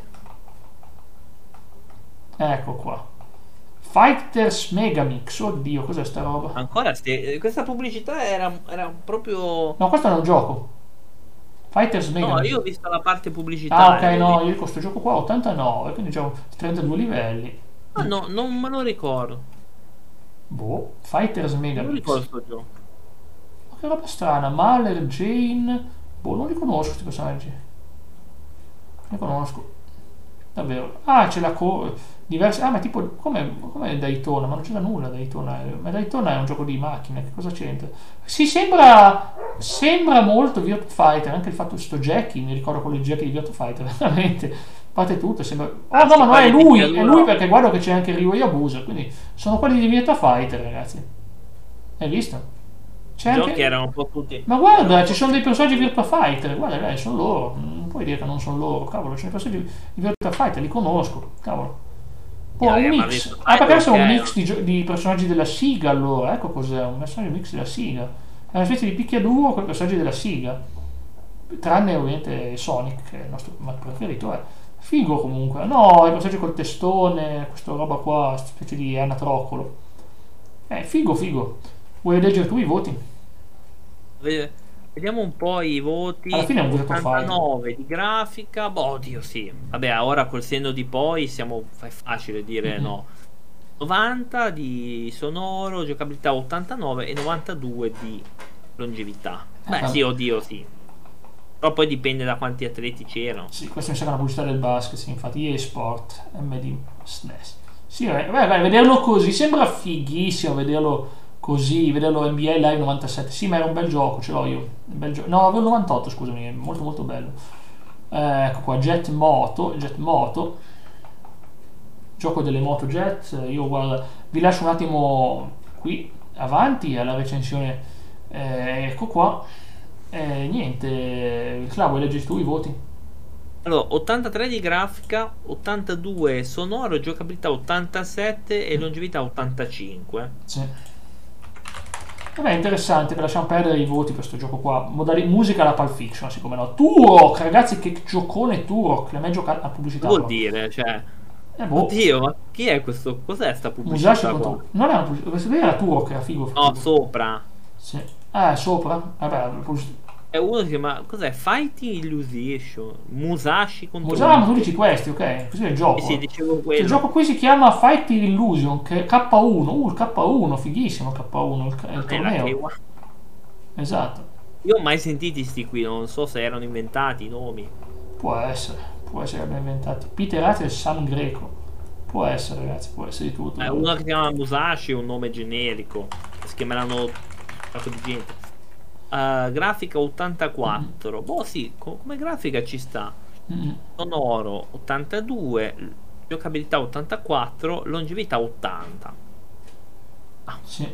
Ecco qua. Fighters Megamix, oddio, cos'è sta roba? Ancora questa pubblicità era proprio. No, questo è un gioco. Fighters No, Megamix. io ho visto la parte Ah, ok, pubblicitaria. no, io con questo gioco qua ho 89, quindi già 32 livelli. Ah, no, non me lo ricordo. Boh, Fighters Non me lo ricordo Megamix. sto gioco. Ma che roba strana, Mahler, Jane. Boh, non li conosco questi personaggi. Non li conosco. davvero. Ah, c'è la diverse. Ah, ma tipo come Daytona, ma non c'era nulla Daytona. Ma Daytona è un gioco di macchine, che cosa c'entra? Si sembra molto Virtua Fighter, anche il fatto di sto Jackie, mi ricordo quello di Jackie di Virtua Fighter, veramente. A parte tutto, sembra. Oh no, ma no, è lui perché guardo che c'è anche Ryu Yabusa, quindi sono quelli di Virtua Fighter, ragazzi. Hai visto? C'è I anche. giochi erano un po' tutti. Ma guarda, ci sono dei personaggi Virtua Fighter, guarda, dai, sono loro, non puoi dire che non sono loro, cavolo, ci sono dei personaggi di Virtua Fighter, li conosco, cavolo. Un mix, perché adesso è un mix di personaggi della Siga, allora, ecco cos'è, un personaggio mix della Siga, è una specie di picchiaduro con i personaggi della Siga, tranne ovviamente Sonic, che è il nostro preferito, è figo comunque, no, i personaggi col testone, questa roba qua, specie di anatroccolo, figo, vuoi leggere tu i voti? Vediamo un po' i voti. Alla fine è un Virtua 89 di grafica. Boh, oddio, sì. Vabbè, ora col senno di poi è facile dire no. 90 di sonoro, giocabilità 89 e 92 di longevità. Beh, sì, oddio, sì. Però poi dipende da quanti atleti c'erano. Sì, questa mi sa che è una pubblicità del basket, sì, infatti eSport, MD SNES. Sì, vai, vederlo così sembra fighissimo, vederlo così, vederlo NBA Live 97. Sì, ma era un bel gioco, ce l'ho io. No, avevo il 98, scusami, è molto molto bello. Ecco qua, Jet Moto, gioco delle moto jet. Io guarda, vi lascio un attimo qui avanti alla recensione. Ecco qua. Niente, il club, vuoi leggere tu i voti? Allora, 83 di grafica, 82 sonoro, giocabilità 87 e longevità 85. Sì. Vabbè, interessante, per lasciamo perdere i voti per questo gioco qua. Musica alla Pulp Fiction, siccome no. Turok, ragazzi, che giocone Turok, l'hai mai giocato a pubblicità? Che vuol dire, cioè... boh. Oddio, ma chi è questo? Cos'è sta pubblicità? Musashi contro. Non era una pubblicità, questo era Turok, era figo. No, sopra. Sì. Sopra? Vabbè, la pubblicità. È uno che ma cos'è? Fighting Illusion Musashi contro ma tu dici questi, ok? Così è il gioco. Sì, dicevo quello. Il gioco qui si chiama Fighting Illusion, che è K1. Il K1, fighissimo il K1, il torneo. Esatto. Io ho mai sentiti sti qui, non so se erano inventati i nomi. Può essere che abbiano inventati. Peter Hart e San Greco. Può essere, ragazzi, può essere di tutto. Uno che si chiama Musashi è un nome generico. Si chiameranno un sacco di gente. Grafica 84. Boh, sì, come grafica ci sta. Sonoro 82, giocabilità 84, longevità 80. Sì.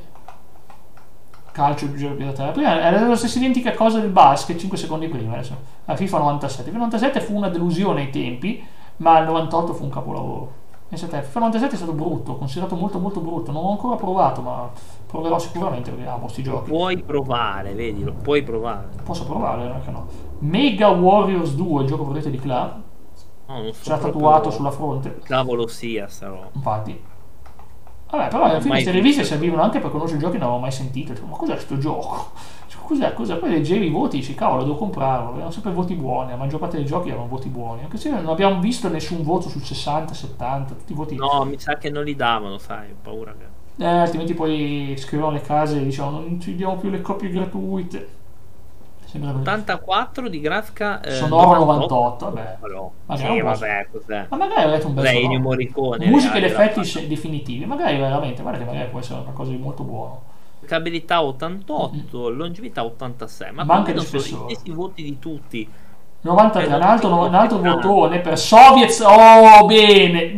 Calcio, giocabilità. Prima era la stessa identica cosa del basket 5 secondi prima. Adesso la FIFA 97. FIFA 97 fu una delusione ai tempi, ma il 98 fu un capolavoro. Pensate, FIFA 97 è stato brutto, considerato molto molto brutto. Non ho ancora provato, ma proverò sicuramente perché amo sti giochi. Puoi provare, vedi, lo puoi provare. Posso provare, anche no. Mega Warriors 2, il gioco preferito di Cla. No, non so. C'era tatuato sulla fronte. Cavolo sia, sarò. Infatti. Vabbè, però alla fine queste riviste servivano anche per conoscere i giochi che non avevo mai sentito. Ma cos'è sto gioco? Cos'è? Poi leggevi i voti e dici, cavolo, devo comprarlo. Avevano sempre voti buoni, la maggior parte dei giochi erano voti buoni. Anche se non abbiamo visto nessun voto sul 60, 70, tutti i voti. No, mi sa che non li davano, sai, ho paura che. Altrimenti poi scrivevano le case e dicevano non ci diamo più le copie gratuite. 84 di grafica sonoro 98, vabbè. Sì, vabbè, cos'è? Ma magari avete un bel Ennio Morricone. Musica ed effetti definitivi, magari veramente, guarda che magari può essere qualcosa di molto buono. Giocabilità 88, longevità 86, ma anche sono gli stessi voti di tutti. 93, un altro votone per Soviets. Oh, bene.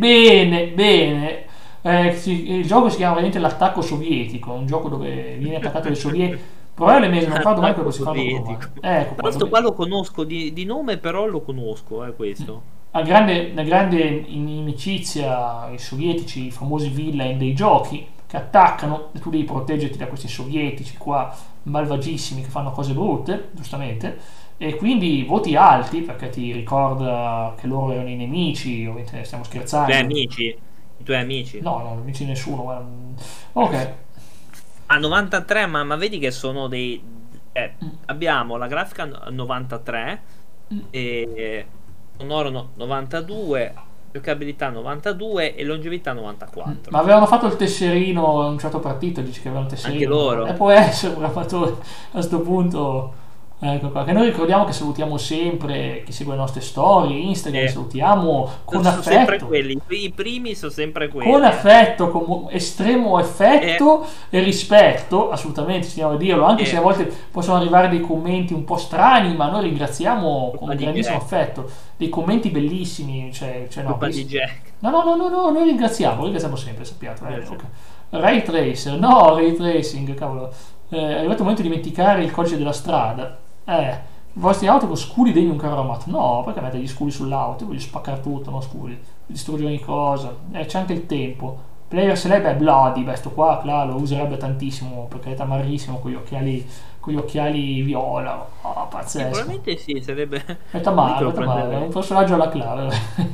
Il gioco si chiama veramente l'attacco sovietico, un gioco dove viene attaccato dai sovietici. Probabilmente non fa domani quello si fa ecco, questo qua lo conosco di nome, però lo conosco, è questo. La grande inimicizia, i sovietici, i famosi villain dei giochi che attaccano e tu devi proteggerti da questi sovietici qua malvagissimi che fanno cose brutte, giustamente, e quindi voti alti perché ti ricorda che loro erano i nemici, ovviamente stiamo scherzando. I tuoi amici? No, non amici nessuno, guarda. Ok. A 93, ma vedi che sono dei abbiamo la grafica 93 e sonoro 92, giocabilità 92 e longevità 94. Ma avevano fatto il tesserino a un certo partito, dici che avevano il tesserino. Anche loro. Può essere un programmatore a sto punto. Ecco qua, che noi ricordiamo che salutiamo sempre chi segue le nostre storie, Instagram, Eh, salutiamo con sono sempre affetto, quelli, i primi sono sempre con quelli. affetto, con estremo Eh, affetto e rispetto, assolutamente, ci teniamo a dirlo, anche se a eh, volte possono arrivare dei commenti un po' strani, ma noi ringraziamo colpa con di grandissimo Jack, affetto, dei commenti bellissimi, cioè no, colpa di Jack. no, no, no, no, no, noi ringraziamo sempre, sappiate, ok. Ray Tracer, no, Ray Tracing, cavolo, è arrivato il momento di dimenticare il codice della strada, i vostri auto con scudi degni di un carro armato, no, perché mettere gli scudi sull'auto, io voglio spaccare tutto, no, scudi, distruggere ogni cosa, c'è anche il tempo, Player Celeb è Bloody, beh, sto qua, claro, lo userebbe tantissimo, perché è tamarrissimo con gli occhiali viola, oh, pazzesco. Sicuramente sì, sarebbe... Lui te lo È Tamar, è un prenderebbe. personaggio alla clave.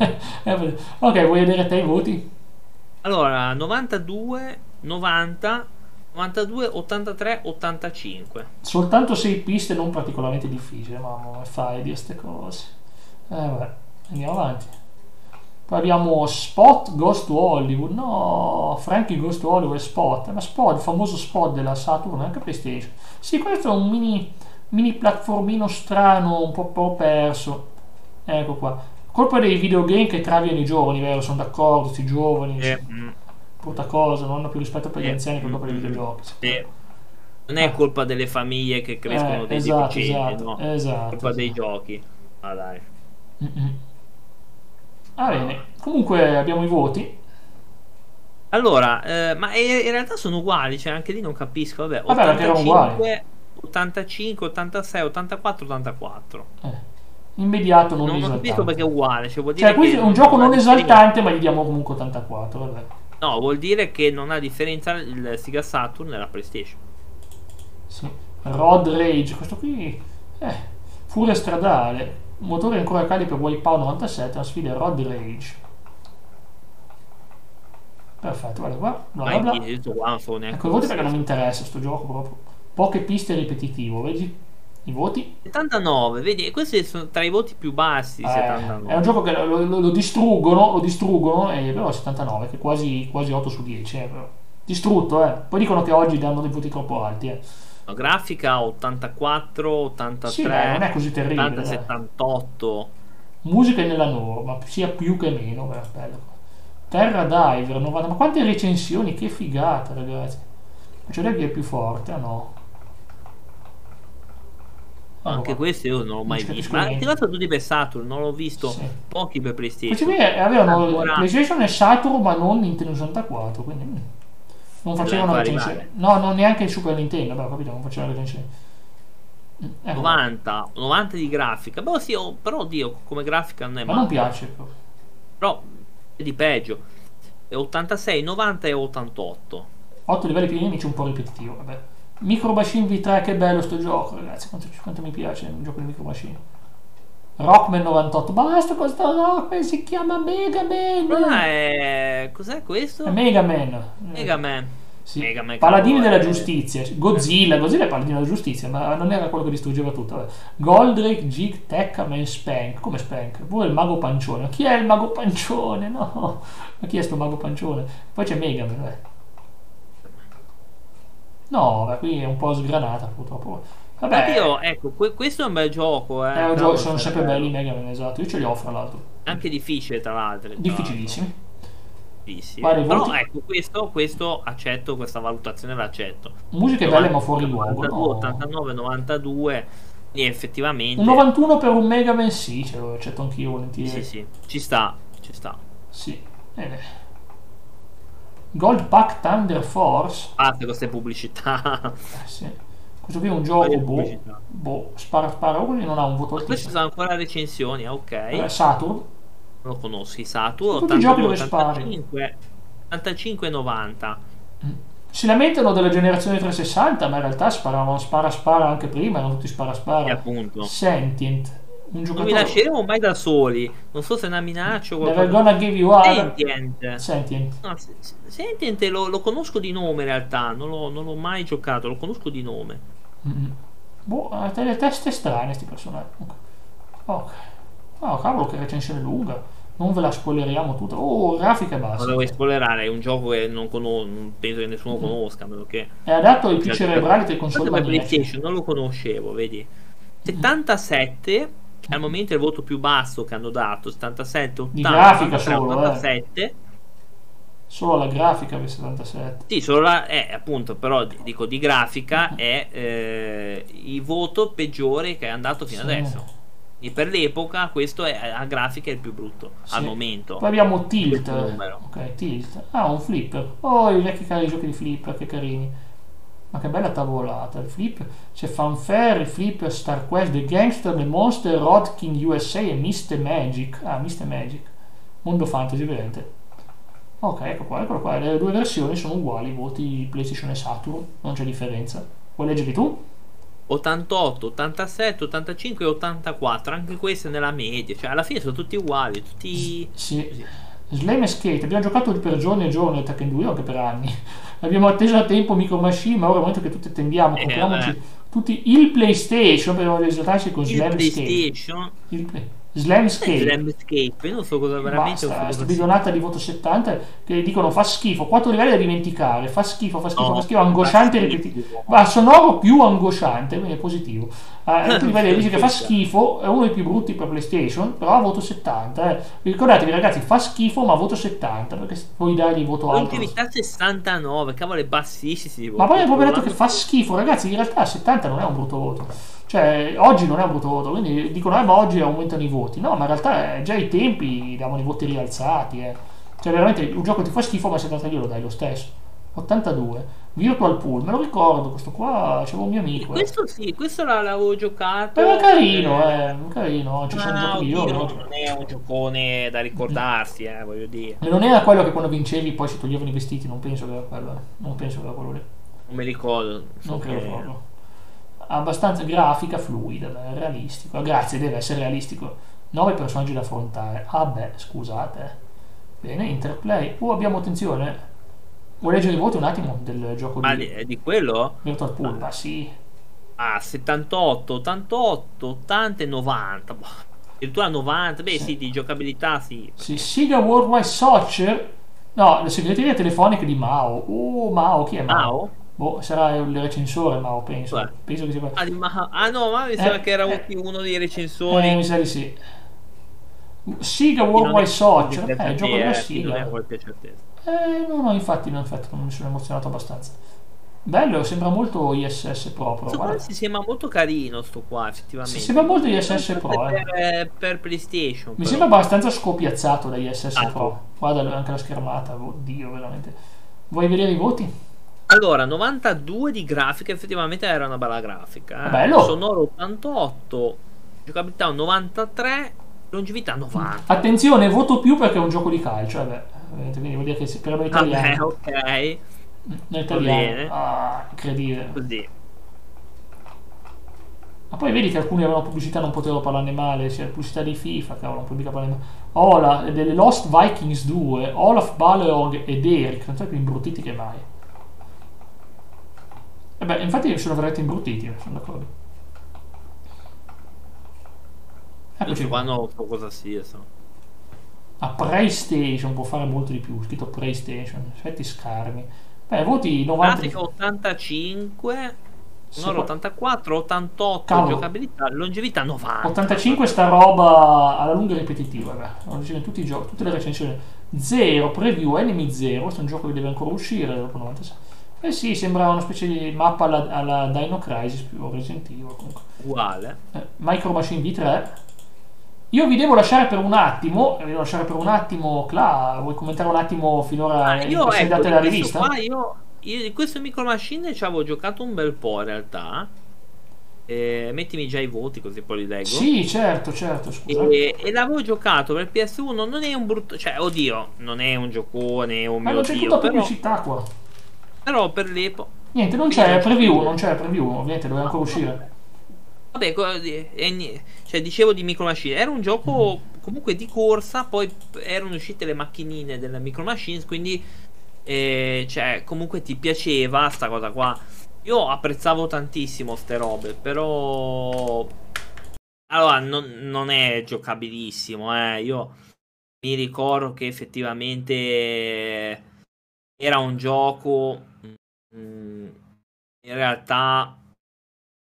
Ok, vuoi vedere te i voti? Allora, 92, 90, 92, 83, 85. Soltanto 6 piste, non particolarmente difficile, ma come fai a dire queste cose? Vabbè, andiamo avanti. Poi abbiamo Spot Ghost to Hollywood. No, Frankie Ghost to Hollywood è Spot. Ma Spot, il famoso Spot della Saturn, anche PlayStation. Sì, questo è un mini platformino strano, un po' perso. Ecco qua. Colpa dei videogame che traviano i giovani, vero? Sono d'accordo, questi giovani. Eh, mm, Brutta cosa, non hanno più rispetto per gli anziani per colpa dei mm. videogiochi. Sì. Non è Ah, colpa delle famiglie che crescono dei esatto, deficienti, esatto, no? È esatto, colpa dei esatto. giochi. Ah, dai. Mm-mm. Ah, Ah. bene. Comunque abbiamo i voti. Allora, ma in realtà sono uguali, cioè anche lì non capisco. Vabbè, Vabbè, perché erano uguali. 85, 85, 86, 84, 84. Eh. Immediato, non Non capisco perché è esaltante. uguale, cioè vuol Cioè, dire questo che è un gioco non ha non differenza. esaltante, ma gli diamo comunque 84. Vabbè. No, vuol dire che non ha differenza il Sega Saturn nella PlayStation. Sì. Road Rage, questo qui. Furia stradale. Motore ancora caldi per Wipeout 97. La sfida è Road Rage. Perfetto, guarda qua. Bla Ma bla bla. questo qua non so neanche Ecco i voti perché non mi così. interessa sto gioco proprio. Poche piste ripetitivo, vedi? I voti? 79, vedi, questi sono tra i voti più bassi, È un 79. gioco che lo distruggono, e però 79, che è quasi 8 su 10. Però. Distrutto, eh. Poi dicono che oggi danno dei voti troppo alti, eh. No, grafica 84, Sì, dai, non 83, è così terribile, 80, dai. 78. Musica è nella norma, sia più che meno, bello. Terra Diver 90, ma quante recensioni, che figata, ragazzi. C'è lei che è più forte, ah no. Ecco Anche qua. questo io non l'ho Non mai ci visto. capisco Ma niente. tirato tutti per Saturn, non l'ho visto Sì. pochi per Questi PlayStation. qui avevano Ancora PlayStation e Saturn, ma non Nintendo 64, quindi non deve facevano ancora recensioni. arrivare. No, non neanche il Super Nintendo, beh, ho capito, non facevano recensioni. Ecco qua. 90, 90 di grafica. Boh, sì, però oddio, come grafica non è Ma non male. piace proprio. Però è di peggio. È 86, 90 e 88. 8 livelli più di nemici, un po' ripetitivo, vabbè. Micro Machine V3, che bello sto gioco, ragazzi, quanto mi piace un gioco di Micro Machine. Rockman 98, basta con sto Rockman, si chiama Mega Ma Man. è... Cos'è È questo? Mega Man. Mega Man. Sì. Mega Man, Paladini cavolo, della è... giustizia. Godzilla è paladino della giustizia, ma non era quello che distruggeva tutto. Vabbè. Goldrake, Jig, Tekkaman, Spank. Come Spank? Pure il mago pancione. Ma chi è il mago pancione? No. Ma chi è sto mago pancione? Poi c'è Mega Man, No, beh, qui è un po' sgranata purtroppo. Vabbè, Oddio, ecco, questo è un bel gioco, è un gioco, cavolo, sono cioè, sempre belli i Mega Man, esatto. Io ce li ho fra l'altro. anche difficile tra l'altro. Difficilissimi. Difficile. Vari Però voti. ecco, questo accetto, questa valutazione l'accetto. Musiche belle ma 90, fuori luogo, 92, no. 89, 92, e Un effettivamente 91 per un Mega Man, sì, ce lo accetto anch'io sì, volentieri. sì, ci sta, ci sta. Sì. Gold Pack Thunder Force. Basta queste pubblicità. Sì. Questo qui è un Un po' gioco, di pubblicità. spara, quindi non ha un voto Ma queste altissimo. sono ancora recensioni, ok. Saturn. Non lo conosci, Sono Saturn tutti giochi 82, dove spari. 85, 85 e 90. Si lamentano della generazione 360, ma in realtà sparavano spara anche prima, erano tutti E spara. appunto. Sentient, un Non vi giocatore. lasceremo mai da soli. Non so se è una minaccia o Never qualcosa. gonna give you up. Sentient. Sentient. No, Sentient lo conosco di nome in realtà. Non l'ho mai giocato, lo conosco di nome. Mm. Boh, ha delle teste strane sti personaggi. Ok. Oh, cavolo, che recensione lunga. Non ve la spoileriamo tutta. Oh, grafica e Cosa basta. vuoi spoilerare? È un gioco che non penso che nessuno conosca, a meno che... È adatto ai più Cioè, cerebrali delle console per maniaci. PlayStation non lo conoscevo, vedi? 77, che al momento è il voto più basso che hanno dato, 77, Di 80, grafica 83, solo, 87. Solo la grafica per 77. Sì, solo appunto, però dico di grafica è il voto peggiore che è andato fino Sì, adesso. E per l'epoca questo è a grafica il più brutto al sì. momento Poi abbiamo di Tilt. questo numero. Ok, Tilt. Ah, un flipper. Oh, i vecchi cari giochi di flipper, che carini. Ma che bella tavolata. Il flip. C'è Fanfare, il flipper, Star Quest, The Gangster, The Monster, Rod King USA e Mr. Magic. Ah, Mr. Magic. Mondo fantasy, veramente. Ok, ecco qua, eccolo qua. Le due versioni sono uguali, i voti PlayStation e Saturn, non c'è differenza. Vuoi leggerli tu? 88, 87, 85 e 84, anche queste nella media, cioè alla fine sono tutti uguali, tutti Sì. così. Slime Skate, abbiamo giocato per giorni e giorni a Tekken 2 anche per anni. Abbiamo atteso a tempo Micro Machine, ma ora è il momento che tutti attendiamo, Vabbè. compriamoci tutti il PlayStation per esercitarci con Il Slam Skate. PlayStation, Slam cos'è Skate. Slam Escape? Io non so cosa veramente un Basta, sta cosa sia. bidonata di voto 70 che dicono fa schifo, 4 livelli da dimenticare, fa schifo, fa schifo, fa No, schifo, fa angosciante e ripetitivo. schifo. Va, sonoro più angosciante, quindi è positivo. 8 livelli dice che fa Cos'è? schifo, è uno dei più brutti per PlayStation, però ha voto 70. Ricordatevi ragazzi, fa schifo ma voto 70, perché puoi dargli voto alto. Longevità 69, cavolo, è bassissimo di Ma poi voto. è Sto proprio detto che volando fa su. schifo, ragazzi, in realtà 70 non è un brutto voto. Cioè, oggi non è un brutto voto, quindi dicono, ma oggi aumentano i voti. No, ma in realtà già ai tempi davano i voti rialzati, eh. Cioè, veramente, un gioco ti fa schifo, ma 70 glielo dai lo stesso. 82. Virtual Pool, me lo ricordo, questo qua, c'avevo un mio amico, eh. Sì, questo l'avevo Però è giocato. carino, carino, ci sono Ma giochi migliori oddio, oggi. non è un giocone da ricordarsi, voglio dire. E non era quello che quando vincevi poi si toglievano i vestiti, non penso che era quello, Non penso che era quello lì. Non mi ricordo, Non so credo che. proprio. Abbastanza grafica, fluida, beh, realistico. Grazie, deve essere realistico. 9 personaggi da affrontare. Ah beh, scusate. Bene, Interplay. Abbiamo attenzione. Vuoi leggere i voti un attimo del gioco Ma di di quello? Virtual Pool? Ma Ma sì. 78, 88, 80 e 90. Boh, addirittura 90. Beh, Sì. sì, di giocabilità sì, Sì, perché Siga Worldwide Soccer. No, le segreterie telefoniche di Mao. Mao, chi è Mao? Mao? Boh, sarà il recensore Mao, penso. Cioè, Penso che sia quello. no, ma mi Eh, sembra che era eh, uno dei recensori. mi sa di sì. Siga Sì, non è Worldwide quello che Soccer. piace a Gioco della te, sì, non è sigla. quello che piace a te. No, no, infatti non mi sono emozionato abbastanza. Bello, sembra molto ISS Pro, però Sto qua guarda. si sembra molto carino, sto qua, Si effettivamente. sembra molto Non ISS so se Pro, eh. per PlayStation, Mi sembra però. abbastanza scopiazzato da ISS Alto. Pro. Guarda anche la schermata, oddio, veramente. Vuoi vedere i voti? Allora, 92 di grafica, effettivamente era una bella È grafica. bello! Sonoro 88, giocabilità 93, longevità 90. Attenzione, voto più perché è un gioco di calcio, vabbè. Quindi vuol dire che per noi Vabbè, italiani. ok, Noi va italiani. bene. Ah, incredibile. Così. Ma poi vedi che alcuni avevano pubblicità, non potevano parlarne male, c'è la pubblicità di FIFA, cavolo, non puoi mica parlarne male. Ola, delle Lost Vikings 2, Olaf Balrog ed Eric, sono stati più imbruttiti che mai. E beh, infatti sono veramente imbruttiti, sono d'accordo. Eccoci Questo qua. qua non so cosa sia. A PlayStation può fare molto di più, scritto PlayStation, effetti scarmi. Beh, voti 90 di... Grafica 85, Se sonoro qua... 84, 88, Cavolo, giocabilità, longevità 90. 85 sta roba alla lunga ripetitiva, beh, lo dice in tutti i giochi, tutte le recensioni. Zero, preview, enemy zero, questo è un gioco che deve ancora uscire dopo 96. Eh sì, sembra una specie di mappa alla Dino Crisis più Resident Evil comunque. Uguale. Micro Machine V3. Io vi devo lasciare per un attimo, Cla, vuoi commentare un attimo finora le Io impressioni ecco, date di dalla questo rivista? qua, io di questo Micro Machine ci avevo giocato un bel po' in realtà. Mettimi già i voti così poi li leggo. Sì, certo, scusa. E l'avevo giocato per PS1, non è un brutto, cioè, oddio, non è un giocone, oh Ma mio non c'è Dio, tutta però, pubblicità qua. però per l'epoca, Niente, non quindi non c'è c'è preview, più. non c'è preview, ovviamente deve Ah, ancora vabbè. uscire. Vabbè, cioè, dicevo di Micro Machine, era un gioco comunque di corsa, poi erano uscite le macchinine delle Micro Machines, quindi cioè, comunque ti piaceva sta cosa qua. Io apprezzavo tantissimo ste robe, però allora non è giocabilissimo, Io mi ricordo che effettivamente era un gioco in realtà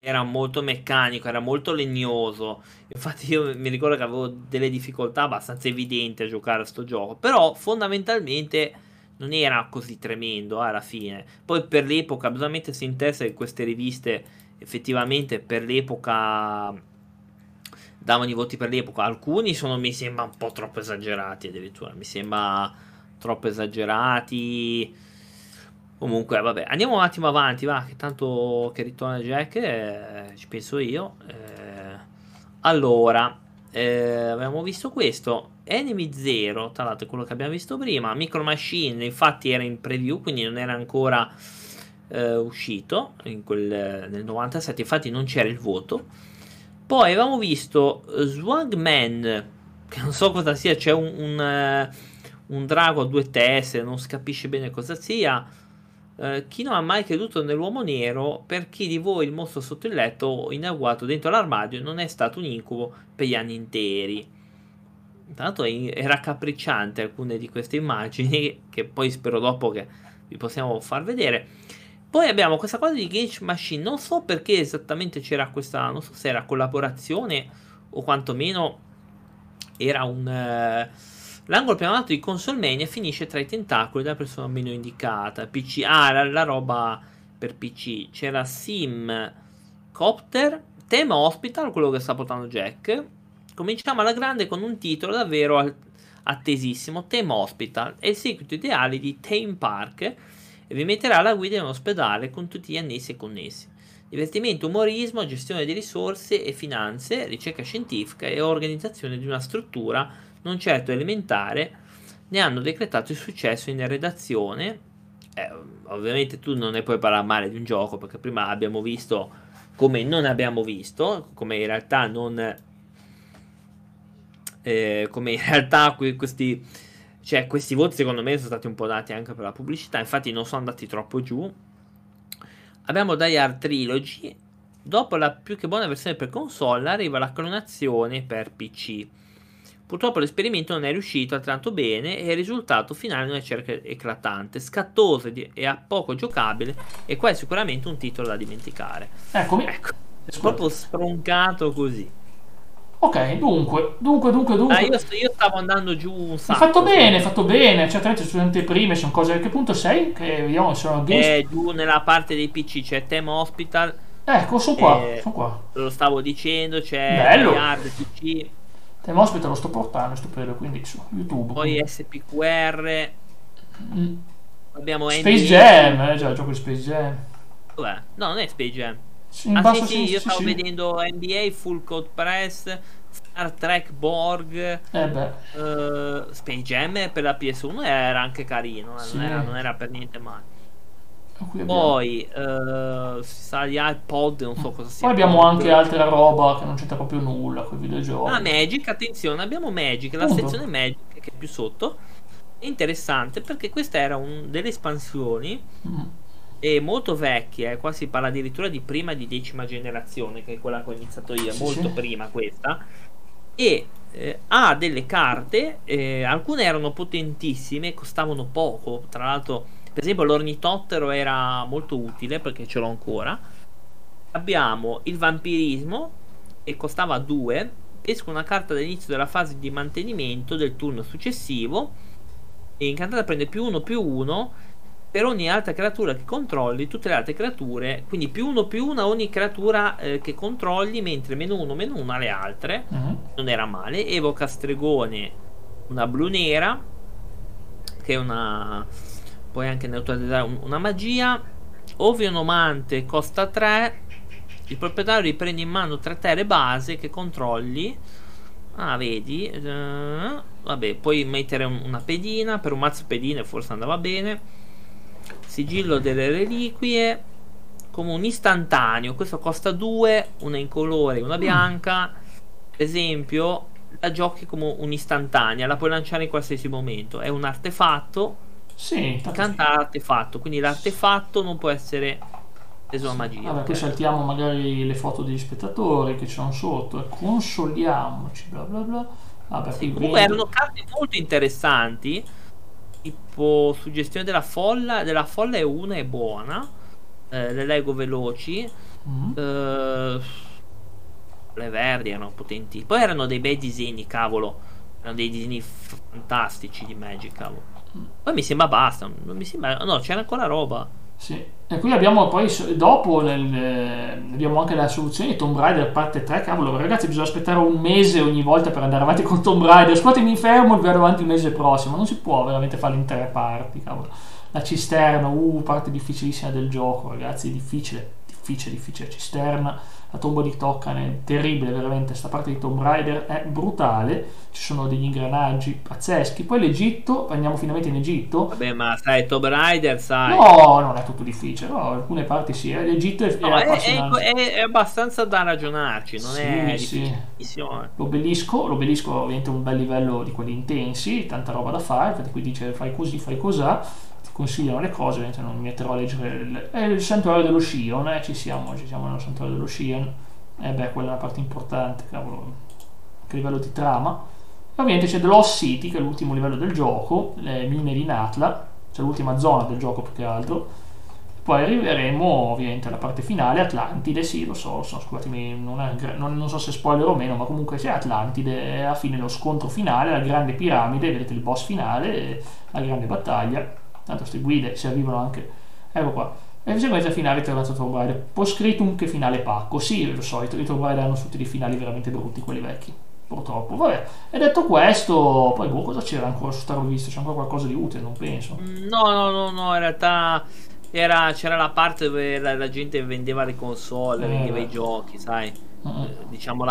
era molto meccanico, era molto legnoso. Infatti io mi ricordo che avevo delle difficoltà abbastanza evidenti a giocare a sto gioco, però fondamentalmente non era così tremendo alla fine. Poi per l'epoca bisogna mettersi in testa che queste riviste effettivamente per l'epoca davano i voti per l'epoca. Alcuni sono, mi sembra, un po' troppo esagerati addirittura, mi sembra troppo esagerati. Comunque, vabbè, andiamo un attimo avanti, va, che tanto che ritorna Jack, ci penso io. Allora, abbiamo visto questo. Enemy Zero, tra l'altro è quello che abbiamo visto prima. Micro Machine, infatti era in preview, quindi non era ancora uscito nel 97, infatti non c'era il voto. Poi avevamo visto Swagman, che non so cosa sia, c'è un drago a due teste, non si capisce bene cosa sia. Chi non ha mai creduto nell'uomo nero, per chi di voi il mostro sotto il letto o in agguato dentro l'armadio non è stato un incubo per gli anni interi. Intanto è raccapricciante alcune di queste immagini, che poi spero dopo che vi possiamo far vedere. Poi abbiamo questa cosa di Game Machine, non so perché esattamente c'era questa, non so se era collaborazione o quantomeno era l'angolo più amato di Consolmania finisce tra i tentacoli della persona meno indicata. PC, la roba per PC. C'era Sim Copter, Tema Hospital, quello che sta portando Jack. Cominciamo alla grande con un titolo davvero attesissimo, Tema Hospital, è il seguito ideale di Theme Park e vi metterà alla guida in un ospedale con tutti gli annessi e connessi. Divertimento, umorismo, gestione di risorse e finanze, ricerca scientifica e organizzazione di una struttura non certo elementare ne hanno decretato il successo in redazione. Ovviamente tu non ne puoi parlare male di un gioco, perché prima abbiamo visto come non abbiamo visto, come in realtà non... come in realtà questi voti secondo me sono stati un po' dati anche per la pubblicità, infatti non sono andati troppo giù. Abbiamo Die Hard Trilogy, dopo la più che buona versione per console arriva la clonazione per PC. Purtroppo l'esperimento non è riuscito altrettanto bene e il risultato finale non è certo eclatante, scattoso e a poco giocabile, e qua è sicuramente un titolo da dimenticare. Eccomi. Ecco, è proprio stroncato così. Ok, dunque. Io stavo andando giù un sacco. Hai fatto bene. Certamente sulle anteprime sono cose. A che punto sei? Che vediamo, sono giù nella parte dei PC c'è Theme Hospital. Ecco, sono qua. Lo stavo dicendo, c'è Bello. Hard PC. Theme Hospital lo sto portando in questo periodo, quindi su YouTube. Poi SPQR. Abbiamo Space Jam, già, gioco di Space Jam. Dov'è? No, non è Space Jam. Sì, io stavo vedendo NBA, Full Code Press, Star Trek Borg. Space Jam per la PS1 era anche carino, sì. non era per niente male. Poi sa gli iPod, non so cosa sia. Poi abbiamo anche altra roba che non c'entra proprio nulla con i videogiochi. Magic, attenzione, abbiamo Magic, la sezione Magic che è più sotto. È interessante perché questa era delle espansioni e molto vecchie, qua si parla addirittura di prima di 10ª generazione, che è quella che ho iniziato io, molto prima questa, e ha delle carte, alcune erano potentissime, costavano poco, tra l'altro per esempio l'ornitottero era molto utile perché ce l'ho ancora. Abbiamo il vampirismo e costava 2, pesca una carta all'inizio della fase di mantenimento del turno successivo e incantata prende +1/+1 per ogni altra creatura che controlli, tutte le altre creature, quindi +1/+1 a ogni creatura che controlli, mentre -1/-1 alle altre. Non era male. Evoca stregone, una blu nera, che è una... puoi anche neutralizzare una magia. Ovionomante costa 3. Il proprietario riprende in mano 3 terre base che controlli. Vedi, vabbè, puoi mettere una pedina, per un mazzo pedine forse andava bene. Sigillo delle reliquie, come un istantaneo, questo costa 2, una in colore e una bianca. Per esempio la giochi come un'istantanea, la puoi lanciare in qualsiasi momento, è un artefatto. Sì, incanta artefatto, quindi l'artefatto non può essere preso a magia. Vabbè, poi saltiamo magari le foto degli spettatori che ci sono sotto e consoliamoci, bla bla bla. Comunque erano carte molto interessanti, tipo suggestione della folla è una, è buona, le leggo veloci. Mm. Le verdi erano potenti. Poi erano dei bei disegni, cavolo. Erano dei disegni fantastici di Magic, cavolo. Poi mi sembra basta. Non mi sembra. No, c'era ancora roba. Sì, e qui abbiamo poi dopo abbiamo anche la soluzione di Tomb Raider parte 3. Cavolo, ragazzi, bisogna aspettare un mese ogni volta per andare avanti con Tomb Raider. Scusate, mi fermo e vado avanti il mese prossimo. Non si può veramente farlo in tre parti, cavolo. La cisterna, parte difficilissima del gioco, ragazzi, difficile, difficile, difficile. Cisterna, la tomba di Toccan è terribile, veramente. Sta parte di Tomb Raider è brutale. Ci sono degli ingranaggi pazzeschi. Poi l'Egitto, andiamo finalmente in Egitto. Vabbè, ma sai, Tomb Raider, sai. No, non è tutto difficile, no, alcune parti sì, l'Egitto è No, appassionante. è abbastanza da ragionarci, non è Sì, sì. difficilissimo. L'obelisco ovviamente è un bel livello di quelli intensi, tanta roba da fare, infatti qui dice fai così, fai cosà, ti consigliano le cose, ovviamente non mi metterò a leggere il santuario dello Shion, ci siamo nel santuario dello Shion, beh, quella è una parte importante, cavolo, che livello di trama. E ovviamente c'è The Lost City, che è l'ultimo livello del gioco, le mine di Natla, cioè l'ultima zona del gioco più che altro. Poi arriveremo ovviamente alla parte finale, Atlantide, sì, lo so, scusatemi, non so se spoiler o meno, ma comunque c'è Atlantide, alla fine lo scontro finale, la grande piramide, vedete il boss finale, la grande battaglia, tanto queste guide si arrivano anche, ecco qua, e in sequenza finale trovato Tomb Raider, post-scriptum che finale pacco, sì, lo so, i Tomb Raider hanno tutti dei finali veramente brutti, quelli vecchi, purtroppo, vabbè, e detto questo, poi cosa c'era ancora su Star Wars, c'è ancora qualcosa di utile, non penso. No, no, no, no, in realtà c'era la parte dove la gente vendeva le console, vendeva i giochi, sai. Diciamo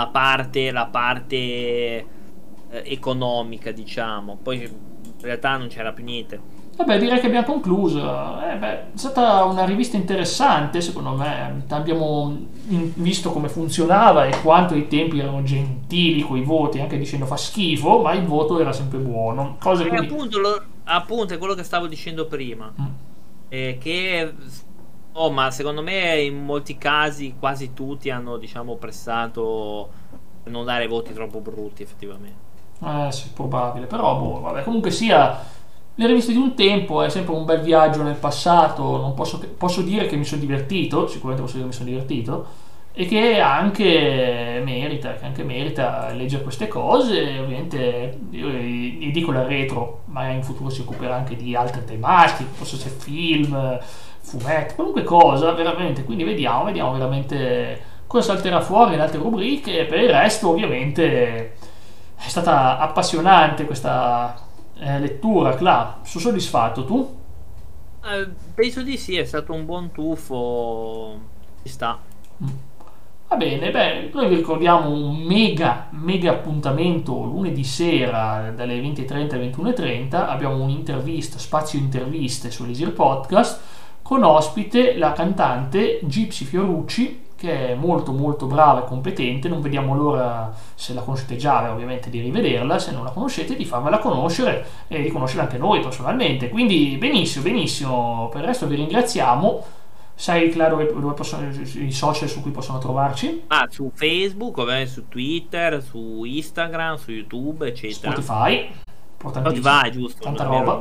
la parte economica, diciamo. Poi in realtà non c'era più niente. Vabbè, direi che abbiamo concluso. È stata una rivista interessante, secondo me. Abbiamo visto come funzionava e quanto i tempi erano gentili coi voti, anche dicendo fa schifo, ma il voto era sempre buono. Cose quindi... Appunto, è quello che stavo dicendo prima. Mm. Che ma secondo me in molti casi quasi tutti hanno, diciamo, pressato per non dare voti troppo brutti, effettivamente. Sì, probabile, però boh, vabbè, comunque sia, le riviste di un tempo è sempre un bel viaggio nel passato, non posso dire che mi sono divertito, sicuramente posso dire che mi sono divertito, e che anche merita leggere queste cose, ovviamente io gli dico la retro, ma in futuro si occuperà anche di altre tematiche, forse c'è film, fumetti, qualunque cosa, veramente, quindi vediamo veramente cosa salterà fuori in altre rubriche, e per il resto ovviamente è stata appassionante questa lettura, Cla. Sono soddisfatto, tu? Penso di sì, è stato un buon tuffo. Ci sta. Mm. Va bene, beh, noi vi ricordiamo un mega appuntamento lunedì sera dalle 20:30 alle 21:30. Abbiamo un'intervista, spazio interviste su Elisir Podcast, con ospite la cantante Gypsy Fiorucci, che è molto molto brava e competente. Non vediamo l'ora, se la conoscete già ovviamente, di rivederla, se non la conoscete di farvela conoscere e di conoscerla anche noi personalmente. Quindi benissimo, benissimo, per il resto vi ringraziamo. Sai Claro dove i social su cui possono trovarci? Su Facebook, ovviamente su Twitter, su Instagram, su YouTube, eccetera. Spotify, importantissimo, Spotify, giusto, tanta non è vero. roba.